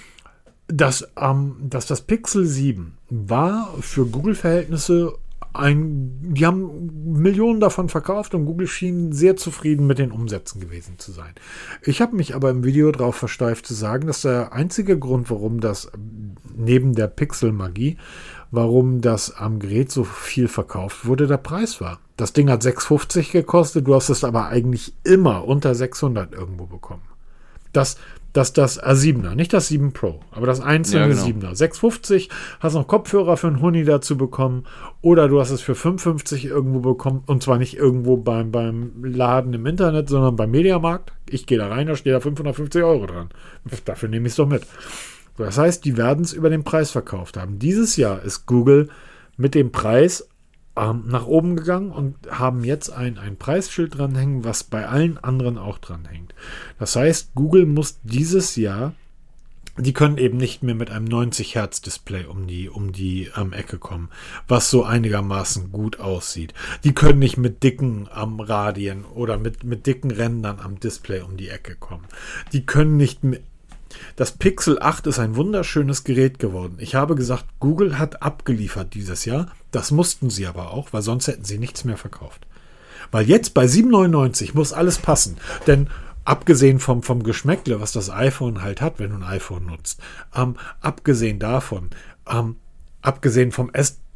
Dass das Pixel 7 war für Google-Verhältnisse die haben Millionen davon verkauft und Google schien sehr zufrieden mit den Umsätzen gewesen zu sein. Ich habe mich aber im Video darauf versteift zu sagen, dass der einzige Grund, warum das neben der Pixel-Magie, warum das am Gerät so viel verkauft wurde, der Preis war. Das Ding hat 650 gekostet, du hast es aber eigentlich immer unter 600 irgendwo bekommen. Das 7er, nicht das 7 Pro, aber das einzelne 7er. 650, hast noch Kopfhörer für einen Huni dazu bekommen oder du hast es für 550 irgendwo bekommen und zwar nicht irgendwo beim Laden im Internet, sondern beim Mediamarkt. Ich gehe da rein, da steht da 550 € dran. Dafür nehme ich es doch mit. Das heißt, die werden es über den Preis verkauft haben. Dieses Jahr ist Google mit dem Preis nach oben gegangen und haben jetzt ein Preisschild dranhängen, was bei allen anderen auch dranhängt. Das heißt, Google muss dieses Jahr, die können eben nicht mehr mit einem 90 Hertz Display um die Ecke kommen, was so einigermaßen gut aussieht. Die können nicht mit dicken Radien oder mit dicken Rändern am Display um die Ecke kommen. Die können nicht mit. Das Pixel 8 ist ein wunderschönes Gerät geworden. Ich habe gesagt, Google hat abgeliefert dieses Jahr. Das mussten sie aber auch, weil sonst hätten sie nichts mehr verkauft. Weil jetzt bei 799 muss alles passen. Denn abgesehen vom Geschmäckle, was das iPhone halt hat, wenn du ein iPhone nutzt, abgesehen davon, abgesehen vom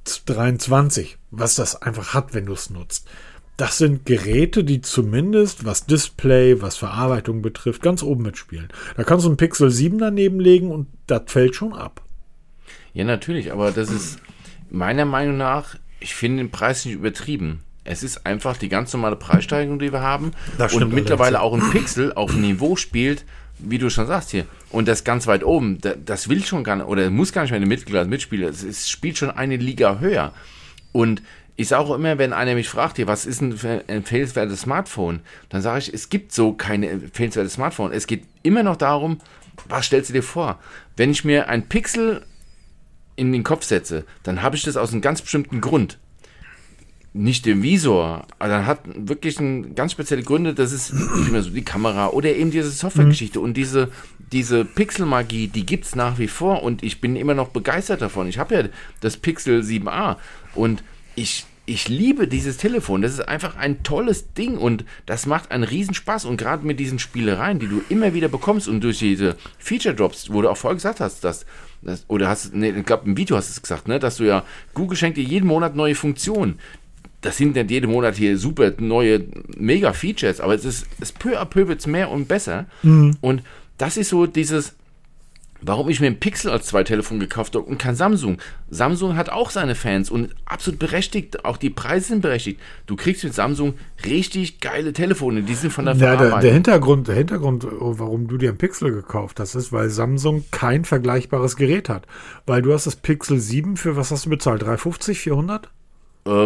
S23, was das einfach hat, wenn du es nutzt, das sind Geräte, die zumindest, was Display, was Verarbeitung betrifft, ganz oben mitspielen. Da kannst du einen Pixel 7 daneben legen und das fällt schon ab. Ja, natürlich, aber das ist meiner Meinung nach, ich finde den Preis nicht übertrieben. Es ist einfach die ganz normale Preissteigerung, die wir haben. Und mittlerweile auch ein Pixel auf ein Niveau spielt, wie du schon sagst hier. Und das ganz weit oben, das will schon gar nicht, oder muss gar nicht mehr in der Mittelklasse mitspielen. Es spielt schon eine Liga höher. Und ich sage auch immer, wenn einer mich fragt, hier, was ist ein empfehlenswertes Smartphone, dann sage ich, es gibt so keine empfehlenswertes Smartphone. Es geht immer noch darum, was stellst du dir vor? Wenn ich mir ein Pixel in den Kopf setze, dann habe ich das aus einem ganz bestimmten Grund. Nicht den Visor, aber dann hat wirklich ganz spezielle Gründe, das ist immer so die Kamera oder eben diese Softwaregeschichte und diese Pixel-Magie, die gibt es nach wie vor und ich bin immer noch begeistert davon. Ich habe ja das Pixel 7a und ich liebe dieses Telefon. Das ist einfach ein tolles Ding und das macht einen Riesenspaß. Und gerade mit diesen Spielereien, die du immer wieder bekommst und durch diese Feature-Drops, wo du auch vorher gesagt hast, ich glaube im Video hast du es gesagt, ne, dass du ja, Google schenkt dir jeden Monat neue Funktionen. Das sind nicht jeden Monat hier super neue Mega-Features, aber es peu à peu wird es mehr und besser. Und das ist so dieses, warum ich mir ein Pixel als Telefon gekauft habe und kein Samsung. Samsung hat auch seine Fans und absolut berechtigt, auch die Preise sind berechtigt. Du kriegst mit Samsung richtig geile Telefone, die sind von der Verarbeitung. Der Hintergrund, warum du dir ein Pixel gekauft hast, ist, weil Samsung kein vergleichbares Gerät hat. Weil du hast das Pixel 7 für, was hast du bezahlt, 350, 400? Das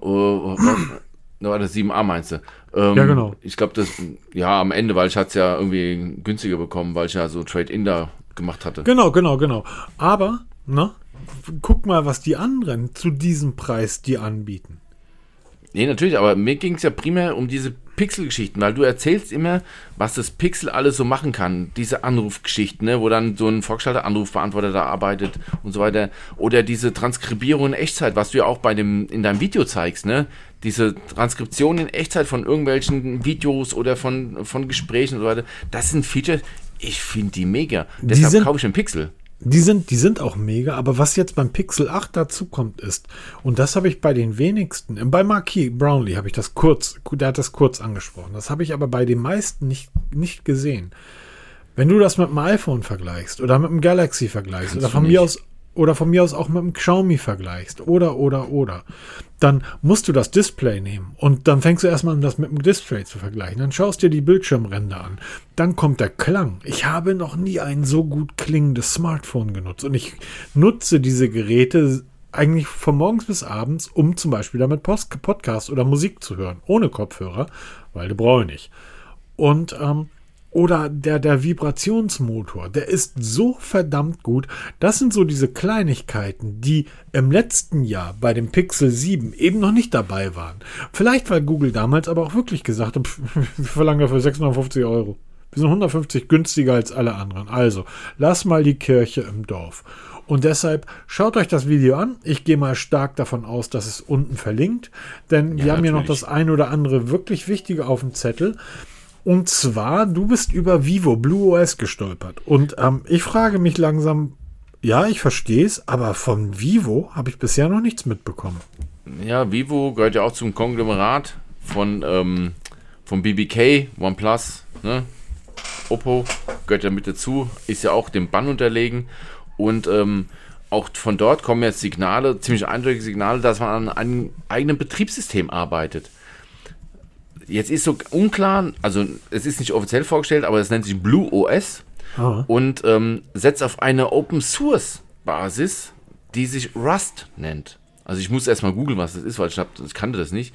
7a meinst du? Ja, genau. Ich glaube, am Ende, weil ich es ja irgendwie günstiger bekommen, weil ich ja so Trade-in da gemacht hatte. Genau. Aber, guck mal, was die anderen zu diesem Preis dir anbieten. Nee, natürlich, aber mir ging es ja primär um diese Pixel-Geschichten, weil du erzählst immer, was das Pixel alles so machen kann. Diese Anrufgeschichten, ne, wo dann so ein vorgestellter Anrufbeantworter da arbeitet und so weiter. Oder diese Transkribierung in Echtzeit, was du ja auch in deinem Video zeigst, ne? Diese Transkription in Echtzeit von irgendwelchen Videos oder von Gesprächen und so weiter. Das sind Features, ich finde die mega. Deshalb kaufe ich einen Pixel. Die sind auch mega, aber was jetzt beim Pixel 8 dazu kommt ist, und das habe ich bei den wenigsten, bei Marquis Brownlee habe ich das der hat das kurz angesprochen, das habe ich aber bei den meisten nicht gesehen. Wenn du das mit dem iPhone vergleichst oder mit dem Galaxy vergleichst oder von mir aus oder von mir aus auch mit dem Xiaomi vergleichst oder, dann musst du das Display nehmen und dann fängst du erstmal an, das mit dem Display zu vergleichen. Dann schaust dir die Bildschirmränder an. Dann kommt der Klang. Ich habe noch nie ein so gut klingendes Smartphone genutzt und ich nutze diese Geräte eigentlich von morgens bis abends, um zum Beispiel damit Podcast oder Musik zu hören, ohne Kopfhörer, weil die brauche ich nicht. Und oder der Vibrationsmotor, der ist so verdammt gut. Das sind so diese Kleinigkeiten, die im letzten Jahr bei dem Pixel 7 eben noch nicht dabei waren. Vielleicht, weil Google damals aber auch wirklich gesagt hat, wir verlangen dafür 650 Euro. Wir sind 150 günstiger als alle anderen. Also, lass mal die Kirche im Dorf. Und deshalb schaut euch das Video an. Ich gehe mal stark davon aus, dass es unten verlinkt. Denn wir haben hier noch das ein oder andere wirklich Wichtige auf dem Zettel. Und zwar, du bist über Vivo Blue OS gestolpert. Und ich frage mich langsam, ja, ich verstehe es, aber von Vivo habe ich bisher noch nichts mitbekommen. Ja, Vivo gehört ja auch zum Konglomerat von BBK, OnePlus, ne? Oppo gehört ja mit dazu, ist ja auch dem Bann unterlegen. Und auch von dort kommen jetzt Signale, ziemlich eindeutige Signale, dass man an einem eigenen Betriebssystem arbeitet. Jetzt ist so unklar, also es ist nicht offiziell vorgestellt, aber es nennt sich Blue OS und setzt auf eine Open Source Basis, die sich Rust nennt. Also ich muss erstmal googeln, was das ist, weil ich kannte das nicht.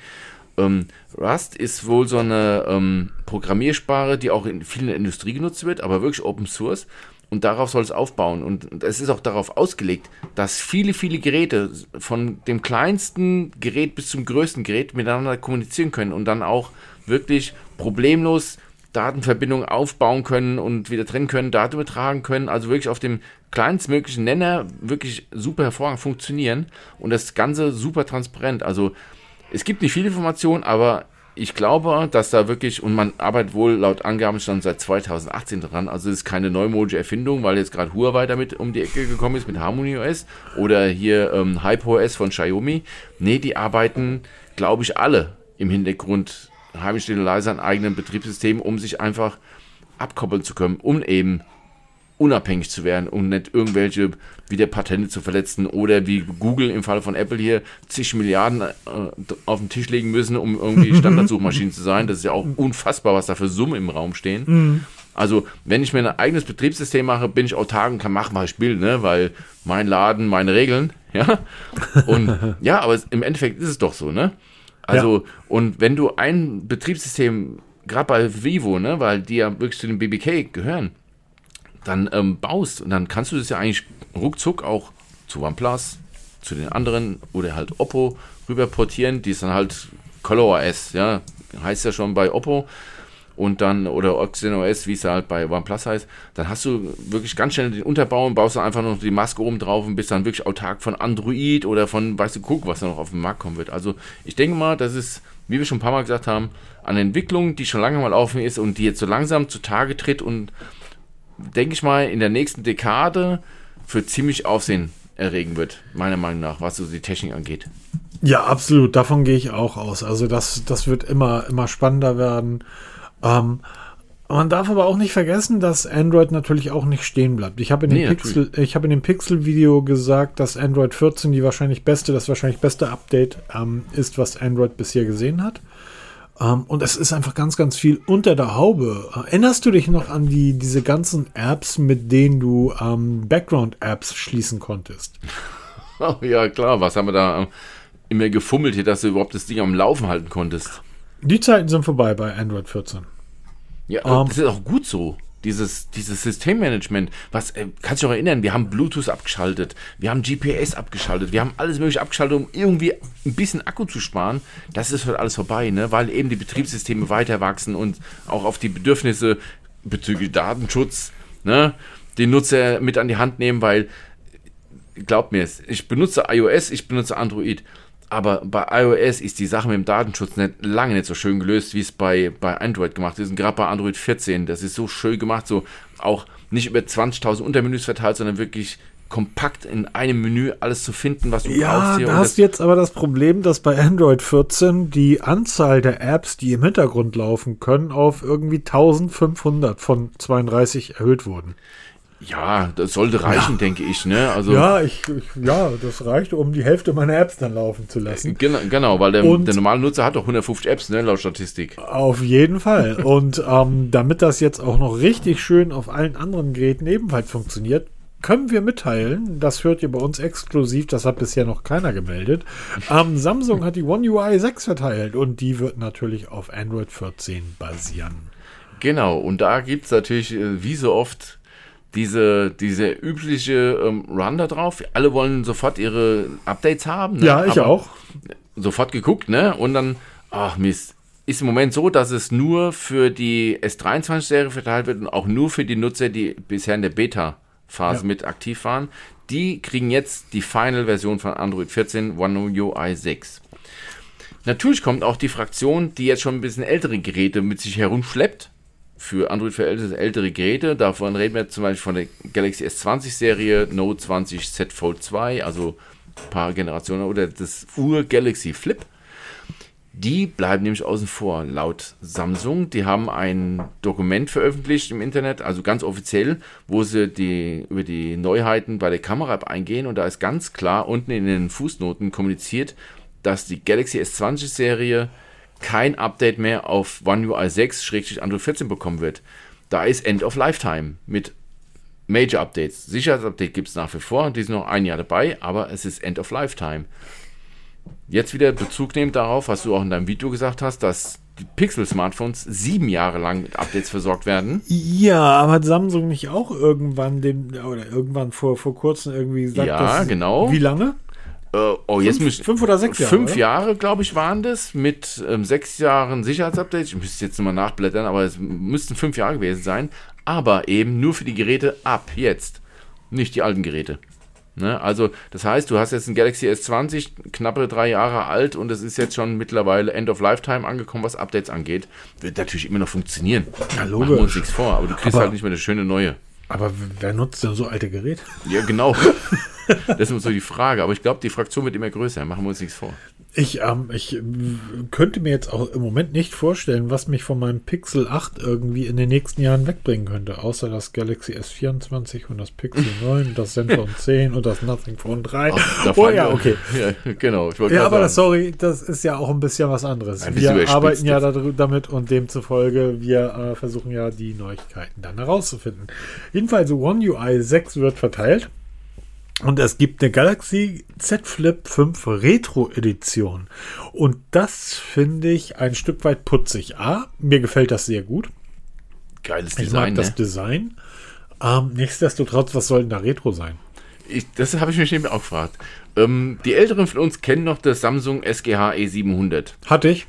Rust ist wohl so eine Programmiersprache, die auch in vielen Industrie genutzt wird, aber wirklich Open Source. Und darauf soll es aufbauen. Und es ist auch darauf ausgelegt, dass viele, viele Geräte von dem kleinsten Gerät bis zum größten Gerät miteinander kommunizieren können und dann auch wirklich problemlos Datenverbindungen aufbauen können und wieder trennen können, Daten übertragen können. Also wirklich auf dem kleinstmöglichen Nenner wirklich super hervorragend funktionieren und das Ganze super transparent. Also es gibt nicht viele Informationen, aber ich glaube, dass da wirklich, und man arbeitet wohl laut Angaben schon seit 2018 dran, also es ist keine neumodische Erfindung, weil jetzt gerade Huawei damit um die Ecke gekommen ist mit Harmony OS oder hier HyperOS von Xiaomi. Nee, die arbeiten, glaube ich, alle im Hintergrund heimlich still und leise an eigenen Betriebssystemen, um sich einfach abkoppeln zu können, um eben unabhängig zu werden und nicht irgendwelche wieder Patente zu verletzen oder wie Google im Fall von Apple hier zig Milliarden auf den Tisch legen müssen, um irgendwie Standardsuchmaschinen zu sein. Das ist ja auch unfassbar, was da für Summen im Raum stehen. Also, wenn ich mir ein eigenes Betriebssystem mache, bin ich autark und kann machen, was ich will, ne? Weil mein Laden, meine Regeln, ja. Und ja, aber im Endeffekt ist es doch so, ne? Also, und wenn du ein Betriebssystem, gerade bei Vivo, ne, weil die ja wirklich zu dem BBK gehören, dann baust und dann kannst du das ja eigentlich ruckzuck auch zu OnePlus, zu den anderen oder halt Oppo rüber portieren, die ist dann halt ColorOS, ja, heißt ja schon bei Oppo und dann, oder OxygenOS, wie es halt bei OnePlus heißt, dann hast du wirklich ganz schnell den Unterbau und baust dann einfach noch die Maske oben drauf und bist dann wirklich autark von Android oder von, weißt du, guck, was da noch auf den Markt kommen wird. Also ich denke mal, das ist, wie wir schon ein paar Mal gesagt haben, eine Entwicklung, die schon lange mal laufen ist und die jetzt so langsam zutage tritt und denke ich mal, in der nächsten Dekade für ziemlich Aufsehen erregen wird, meiner Meinung nach, was so die Technik angeht. Ja, absolut. Davon gehe ich auch aus. Also das wird immer spannender werden. Man darf aber auch nicht vergessen, dass Android natürlich auch nicht stehen bleibt. Ich habe in dem Pixel-Video gesagt, dass Android 14 das wahrscheinlich beste Update ist, was Android bisher gesehen hat. Und es ist einfach ganz, ganz viel unter der Haube. Erinnerst du dich noch an diese ganzen Apps, mit denen du Background-Apps schließen konntest? Oh, ja, klar. Was haben wir da immer gefummelt hier, dass du überhaupt das Ding am Laufen halten konntest? Die Zeiten sind vorbei bei Android 14. Ja, das ist auch gut so. Dieses Systemmanagement, kannst du dich auch erinnern, wir haben Bluetooth abgeschaltet, wir haben GPS abgeschaltet, wir haben alles mögliche abgeschaltet, um irgendwie ein bisschen Akku zu sparen. Das ist halt alles vorbei, ne? Weil eben die Betriebssysteme weiter wachsen und auch auf die Bedürfnisse bezüglich Datenschutz, ne, den Nutzer mit an die Hand nehmen, weil, glaubt mir es, ich benutze iOS, ich benutze Android, aber bei iOS ist die Sache mit dem Datenschutz lange nicht so schön gelöst, wie es bei Android gemacht ist. Und gerade bei Android 14, das ist so schön gemacht, so auch nicht über 20.000 Untermenüs verteilt, sondern wirklich kompakt in einem Menü alles zu finden, was du brauchst. Ja, da hast du jetzt aber das Problem, dass bei Android 14 die Anzahl der Apps, die im Hintergrund laufen können, auf irgendwie 1500 von 32 erhöht wurden. Ja, das sollte reichen, denke ich. Ne? Also, ja, das reicht, um die Hälfte meiner Apps dann laufen zu lassen. Genau, weil der normale Nutzer hat doch 150 Apps, ne, laut Statistik. Auf jeden Fall. Und damit das jetzt auch noch richtig schön auf allen anderen Geräten ebenfalls funktioniert, können wir mitteilen, das hört ihr bei uns exklusiv, das hat bisher noch keiner gemeldet. Samsung hat die One UI 6 verteilt und die wird natürlich auf Android 14 basieren. Genau, und da gibt es natürlich, wie so oft, diese übliche Run da drauf. Alle wollen sofort ihre Updates haben. Ne? Ja, ich auch. Sofort geguckt, ne? Und dann, ach Mist, ist im Moment so, dass es nur für die S23-Serie verteilt wird und auch nur für die Nutzer, die bisher in der Beta-Phase mit aktiv waren. Die kriegen jetzt die Final-Version von Android 14 One UI 6. Natürlich kommt auch die Fraktion, die jetzt schon ein bisschen ältere Geräte mit sich herumschleppt, für Android für ältere Geräte. Davon reden wir zum Beispiel von der Galaxy S20-Serie, Note 20 Z Fold 2, also ein paar Generationen, oder das Ur-Galaxy Flip. Die bleiben nämlich außen vor, laut Samsung. Die haben ein Dokument veröffentlicht im Internet, also ganz offiziell, wo sie über die Neuheiten bei der Kamera-App eingehen. Und da ist ganz klar unten in den Fußnoten kommuniziert, dass die Galaxy S20-Serie kein Update mehr auf One UI 6/Android 14 bekommen wird. Da ist End of Lifetime mit Major Updates. Sicherheitsupdate gibt es nach wie vor, die sind noch ein Jahr dabei, aber es ist End of Lifetime. Jetzt wieder Bezug nehmen darauf, was du auch in deinem Video gesagt hast, dass die Pixel-Smartphones 7 Jahre lang mit Updates versorgt werden. Ja, aber hat Samsung nicht auch irgendwann vor kurzem irgendwie gesagt, ja, genau. Wie lange? Jetzt 5 oder 6 Jahre. 5 Jahre, glaube ich, waren das, mit 6 Jahren Sicherheitsupdates. Ich müsste jetzt nochmal nachblättern, aber es müssten 5 Jahre gewesen sein. Aber eben nur für die Geräte ab jetzt, nicht die alten Geräte. Ne? Also, das heißt, du hast jetzt ein Galaxy S20, knappe 3 Jahre alt und es ist jetzt schon mittlerweile End of Lifetime angekommen, was Updates angeht. Wird natürlich immer noch funktionieren. Ja, logisch. Machen wir uns nichts vor, aber du kriegst halt nicht mehr eine schöne neue. Aber wer nutzt denn so alte Geräte? Ja, genau. Das ist so die Frage. Aber ich glaube, die Fraktion wird immer größer. Machen wir uns nichts vor. Ich könnte mir jetzt auch im Moment nicht vorstellen, was mich von meinem Pixel 8 irgendwie in den nächsten Jahren wegbringen könnte. Außer das Galaxy S24 und das Pixel 9, das Zenfone 10 und das Nothing Phone 3. Okay. Ja, genau. Sorry, das ist ja auch ein bisschen was anderes. Wir arbeiten ja damit und demzufolge, wir versuchen ja die Neuigkeiten dann herauszufinden. Jedenfalls, One UI 6 wird verteilt. Und es gibt eine Galaxy Z Flip 5 Retro Edition. Und das finde ich ein Stück weit putzig. Mir gefällt das sehr gut. Geiles Design. Ich mag das Design. Nichtsdestotrotz, was soll denn da Retro sein? Das habe ich mich nämlich auch gefragt. Die Älteren von uns kennen noch das Samsung SGH E700. Hatte ich.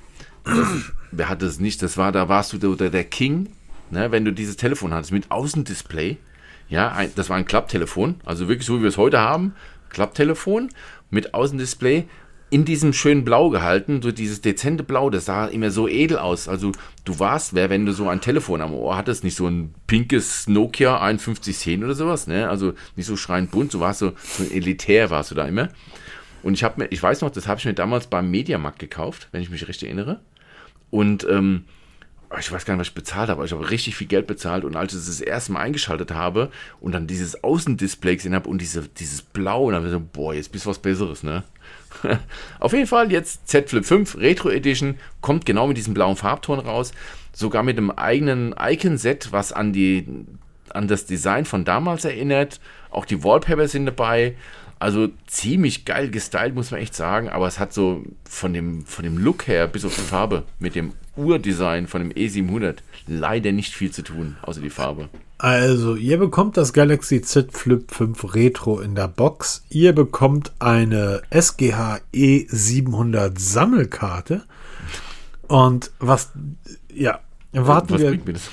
Wer hatte es nicht? Da warst du der King, ne, wenn du dieses Telefon hattest mit Außendisplay. Ja, das war ein Klapptelefon, also wirklich so, wie wir es heute haben. Klapptelefon mit Außendisplay in diesem schönen Blau gehalten, so dieses dezente Blau, das sah immer so edel aus. Also du warst, wenn du so ein Telefon am Ohr hattest, nicht so ein pinkes Nokia 5110 oder sowas, ne? Also nicht so schreiend bunt, so ein elitär warst du da immer. Und ich weiß noch, das habe ich mir damals beim Mediamarkt gekauft, wenn ich mich recht erinnere. Und ich weiß gar nicht, was ich bezahlt habe, aber ich habe richtig viel Geld bezahlt und als ich das erste Mal eingeschaltet habe und dann dieses Außendisplay gesehen habe und dieses Blau und dann habe ich so, boah, jetzt bist du was Besseres, ne? Auf jeden Fall jetzt Z Flip 5 Retro Edition, kommt genau mit diesem blauen Farbton raus, sogar mit einem eigenen Icon-Set, was an das Design von damals erinnert, auch die Wallpaper sind dabei. Also ziemlich geil gestylt, muss man echt sagen, aber es hat so von dem Look her bis auf die Farbe mit dem Urdesign von dem E700 leider nicht viel zu tun, außer die Farbe. Also, ihr bekommt das Galaxy Z Flip 5 Retro in der Box. Ihr bekommt eine SGH E700 Sammelkarte. Und warten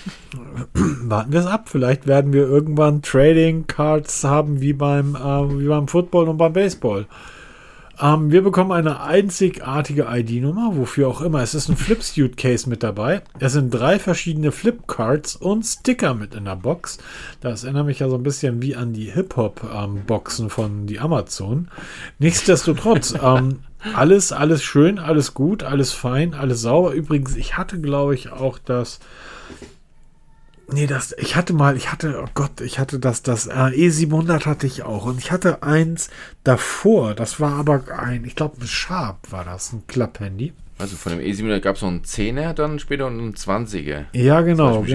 wir es ab. Vielleicht werden wir irgendwann Trading Cards haben wie beim Football und beim Baseball. Wir bekommen eine einzigartige ID-Nummer, wofür auch immer. Es ist ein Flip-Suit-Case mit dabei. Es sind 3 verschiedene Flip-Cards und Sticker mit in der Box. Das erinnert mich ja so ein bisschen wie an die Hip-Hop-Boxen von die Amazon. Nichtsdestotrotz, alles schön, alles gut, alles fein, alles sauber. Übrigens, ich hatte, glaube ich, auch das Nee, ich hatte, oh Gott, ich hatte das E700 hatte ich auch. Und ich hatte eins davor, das war aber ich glaube, ein Sharp war das, ein Klapphandy. Also von dem E700 gab es noch einen 10er dann später und einen 20er. Ja, genau.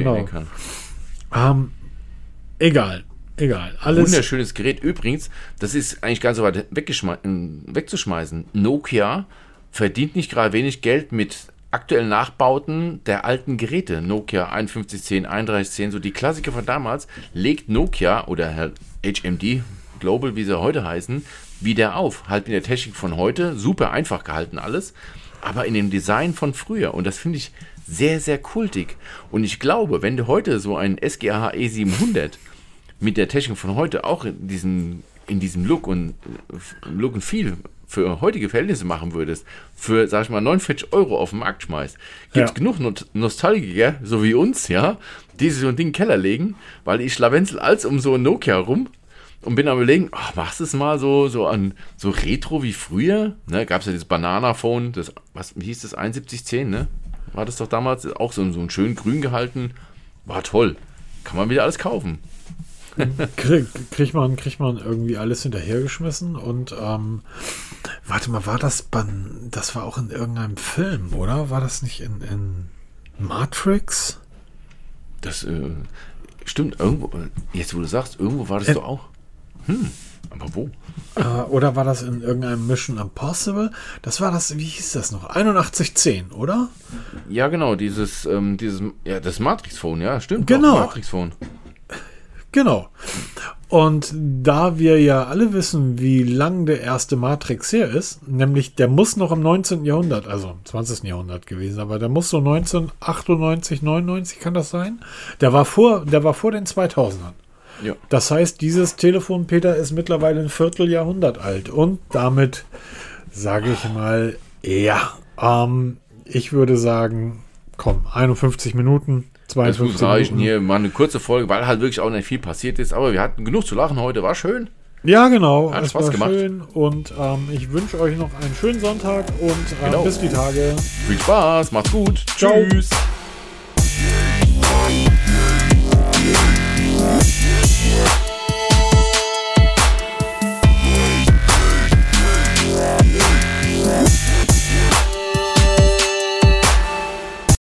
Egal. Alles. Wunderschönes Gerät. Übrigens, das ist eigentlich gar nicht so weit wegzuschmeißen. Nokia verdient nicht gerade wenig Geld mit aktuellen Nachbauten der alten Geräte. Nokia 5110, 3110, so die Klassiker von damals, legt Nokia oder halt HMD Global, wie sie heute heißen, wieder auf. Halt in der Technik von heute, super einfach gehalten alles, aber in dem Design von früher. Und das finde ich sehr, sehr kultig. Und ich glaube, wenn du heute so ein SGH E700 mit der Technik von heute auch in diesem Look und Feel für heutige Verhältnisse machen würdest, für, sag ich mal, 49 € auf den Markt schmeißt, gibt es genug Nostalgiker, so wie uns, ja, die so ein Ding in den Keller legen, weil ich schlawenzel als um so ein Nokia rum und bin am Überlegen, machst du es mal so retro wie früher? Ne, gab es ja dieses Banana-Phone, wie hieß das, 7110, ne? War das doch damals auch so ein schön grün gehalten, war toll. Kann man wieder alles kaufen. Kriegt man irgendwie alles hinterhergeschmissen und warte mal, das war auch in irgendeinem Film, oder? War das nicht in Matrix? Das stimmt, irgendwo, jetzt wo du sagst, irgendwo war das doch auch. Aber wo? Oder war das in irgendeinem Mission Impossible? Das war das, wie hieß das noch? 8110, oder? Ja, genau, das Matrix-Phone, ja, stimmt. Genau. Matrix-Phone. Genau. Und da wir ja alle wissen, wie lang der erste Matrix her ist, nämlich der muss noch im 19. Jahrhundert, also im 20. Jahrhundert gewesen, aber der muss so 1998, 99, kann das sein? Der war vor den 2000ern. Ja. Das heißt, dieses Telefon, Peter, ist mittlerweile ein Vierteljahrhundert alt. Und damit sage ich mal, ja, ich würde sagen, 51 Minuten. Das muss reichen hier, mal eine kurze Folge, weil halt wirklich auch nicht viel passiert ist, aber wir hatten genug zu lachen heute, war schön. Ja, genau. Hat Spaß gemacht. Schön und ich wünsche euch noch einen schönen Sonntag und bis die Tage. Viel Spaß, macht's gut. Ciao. Tschüss.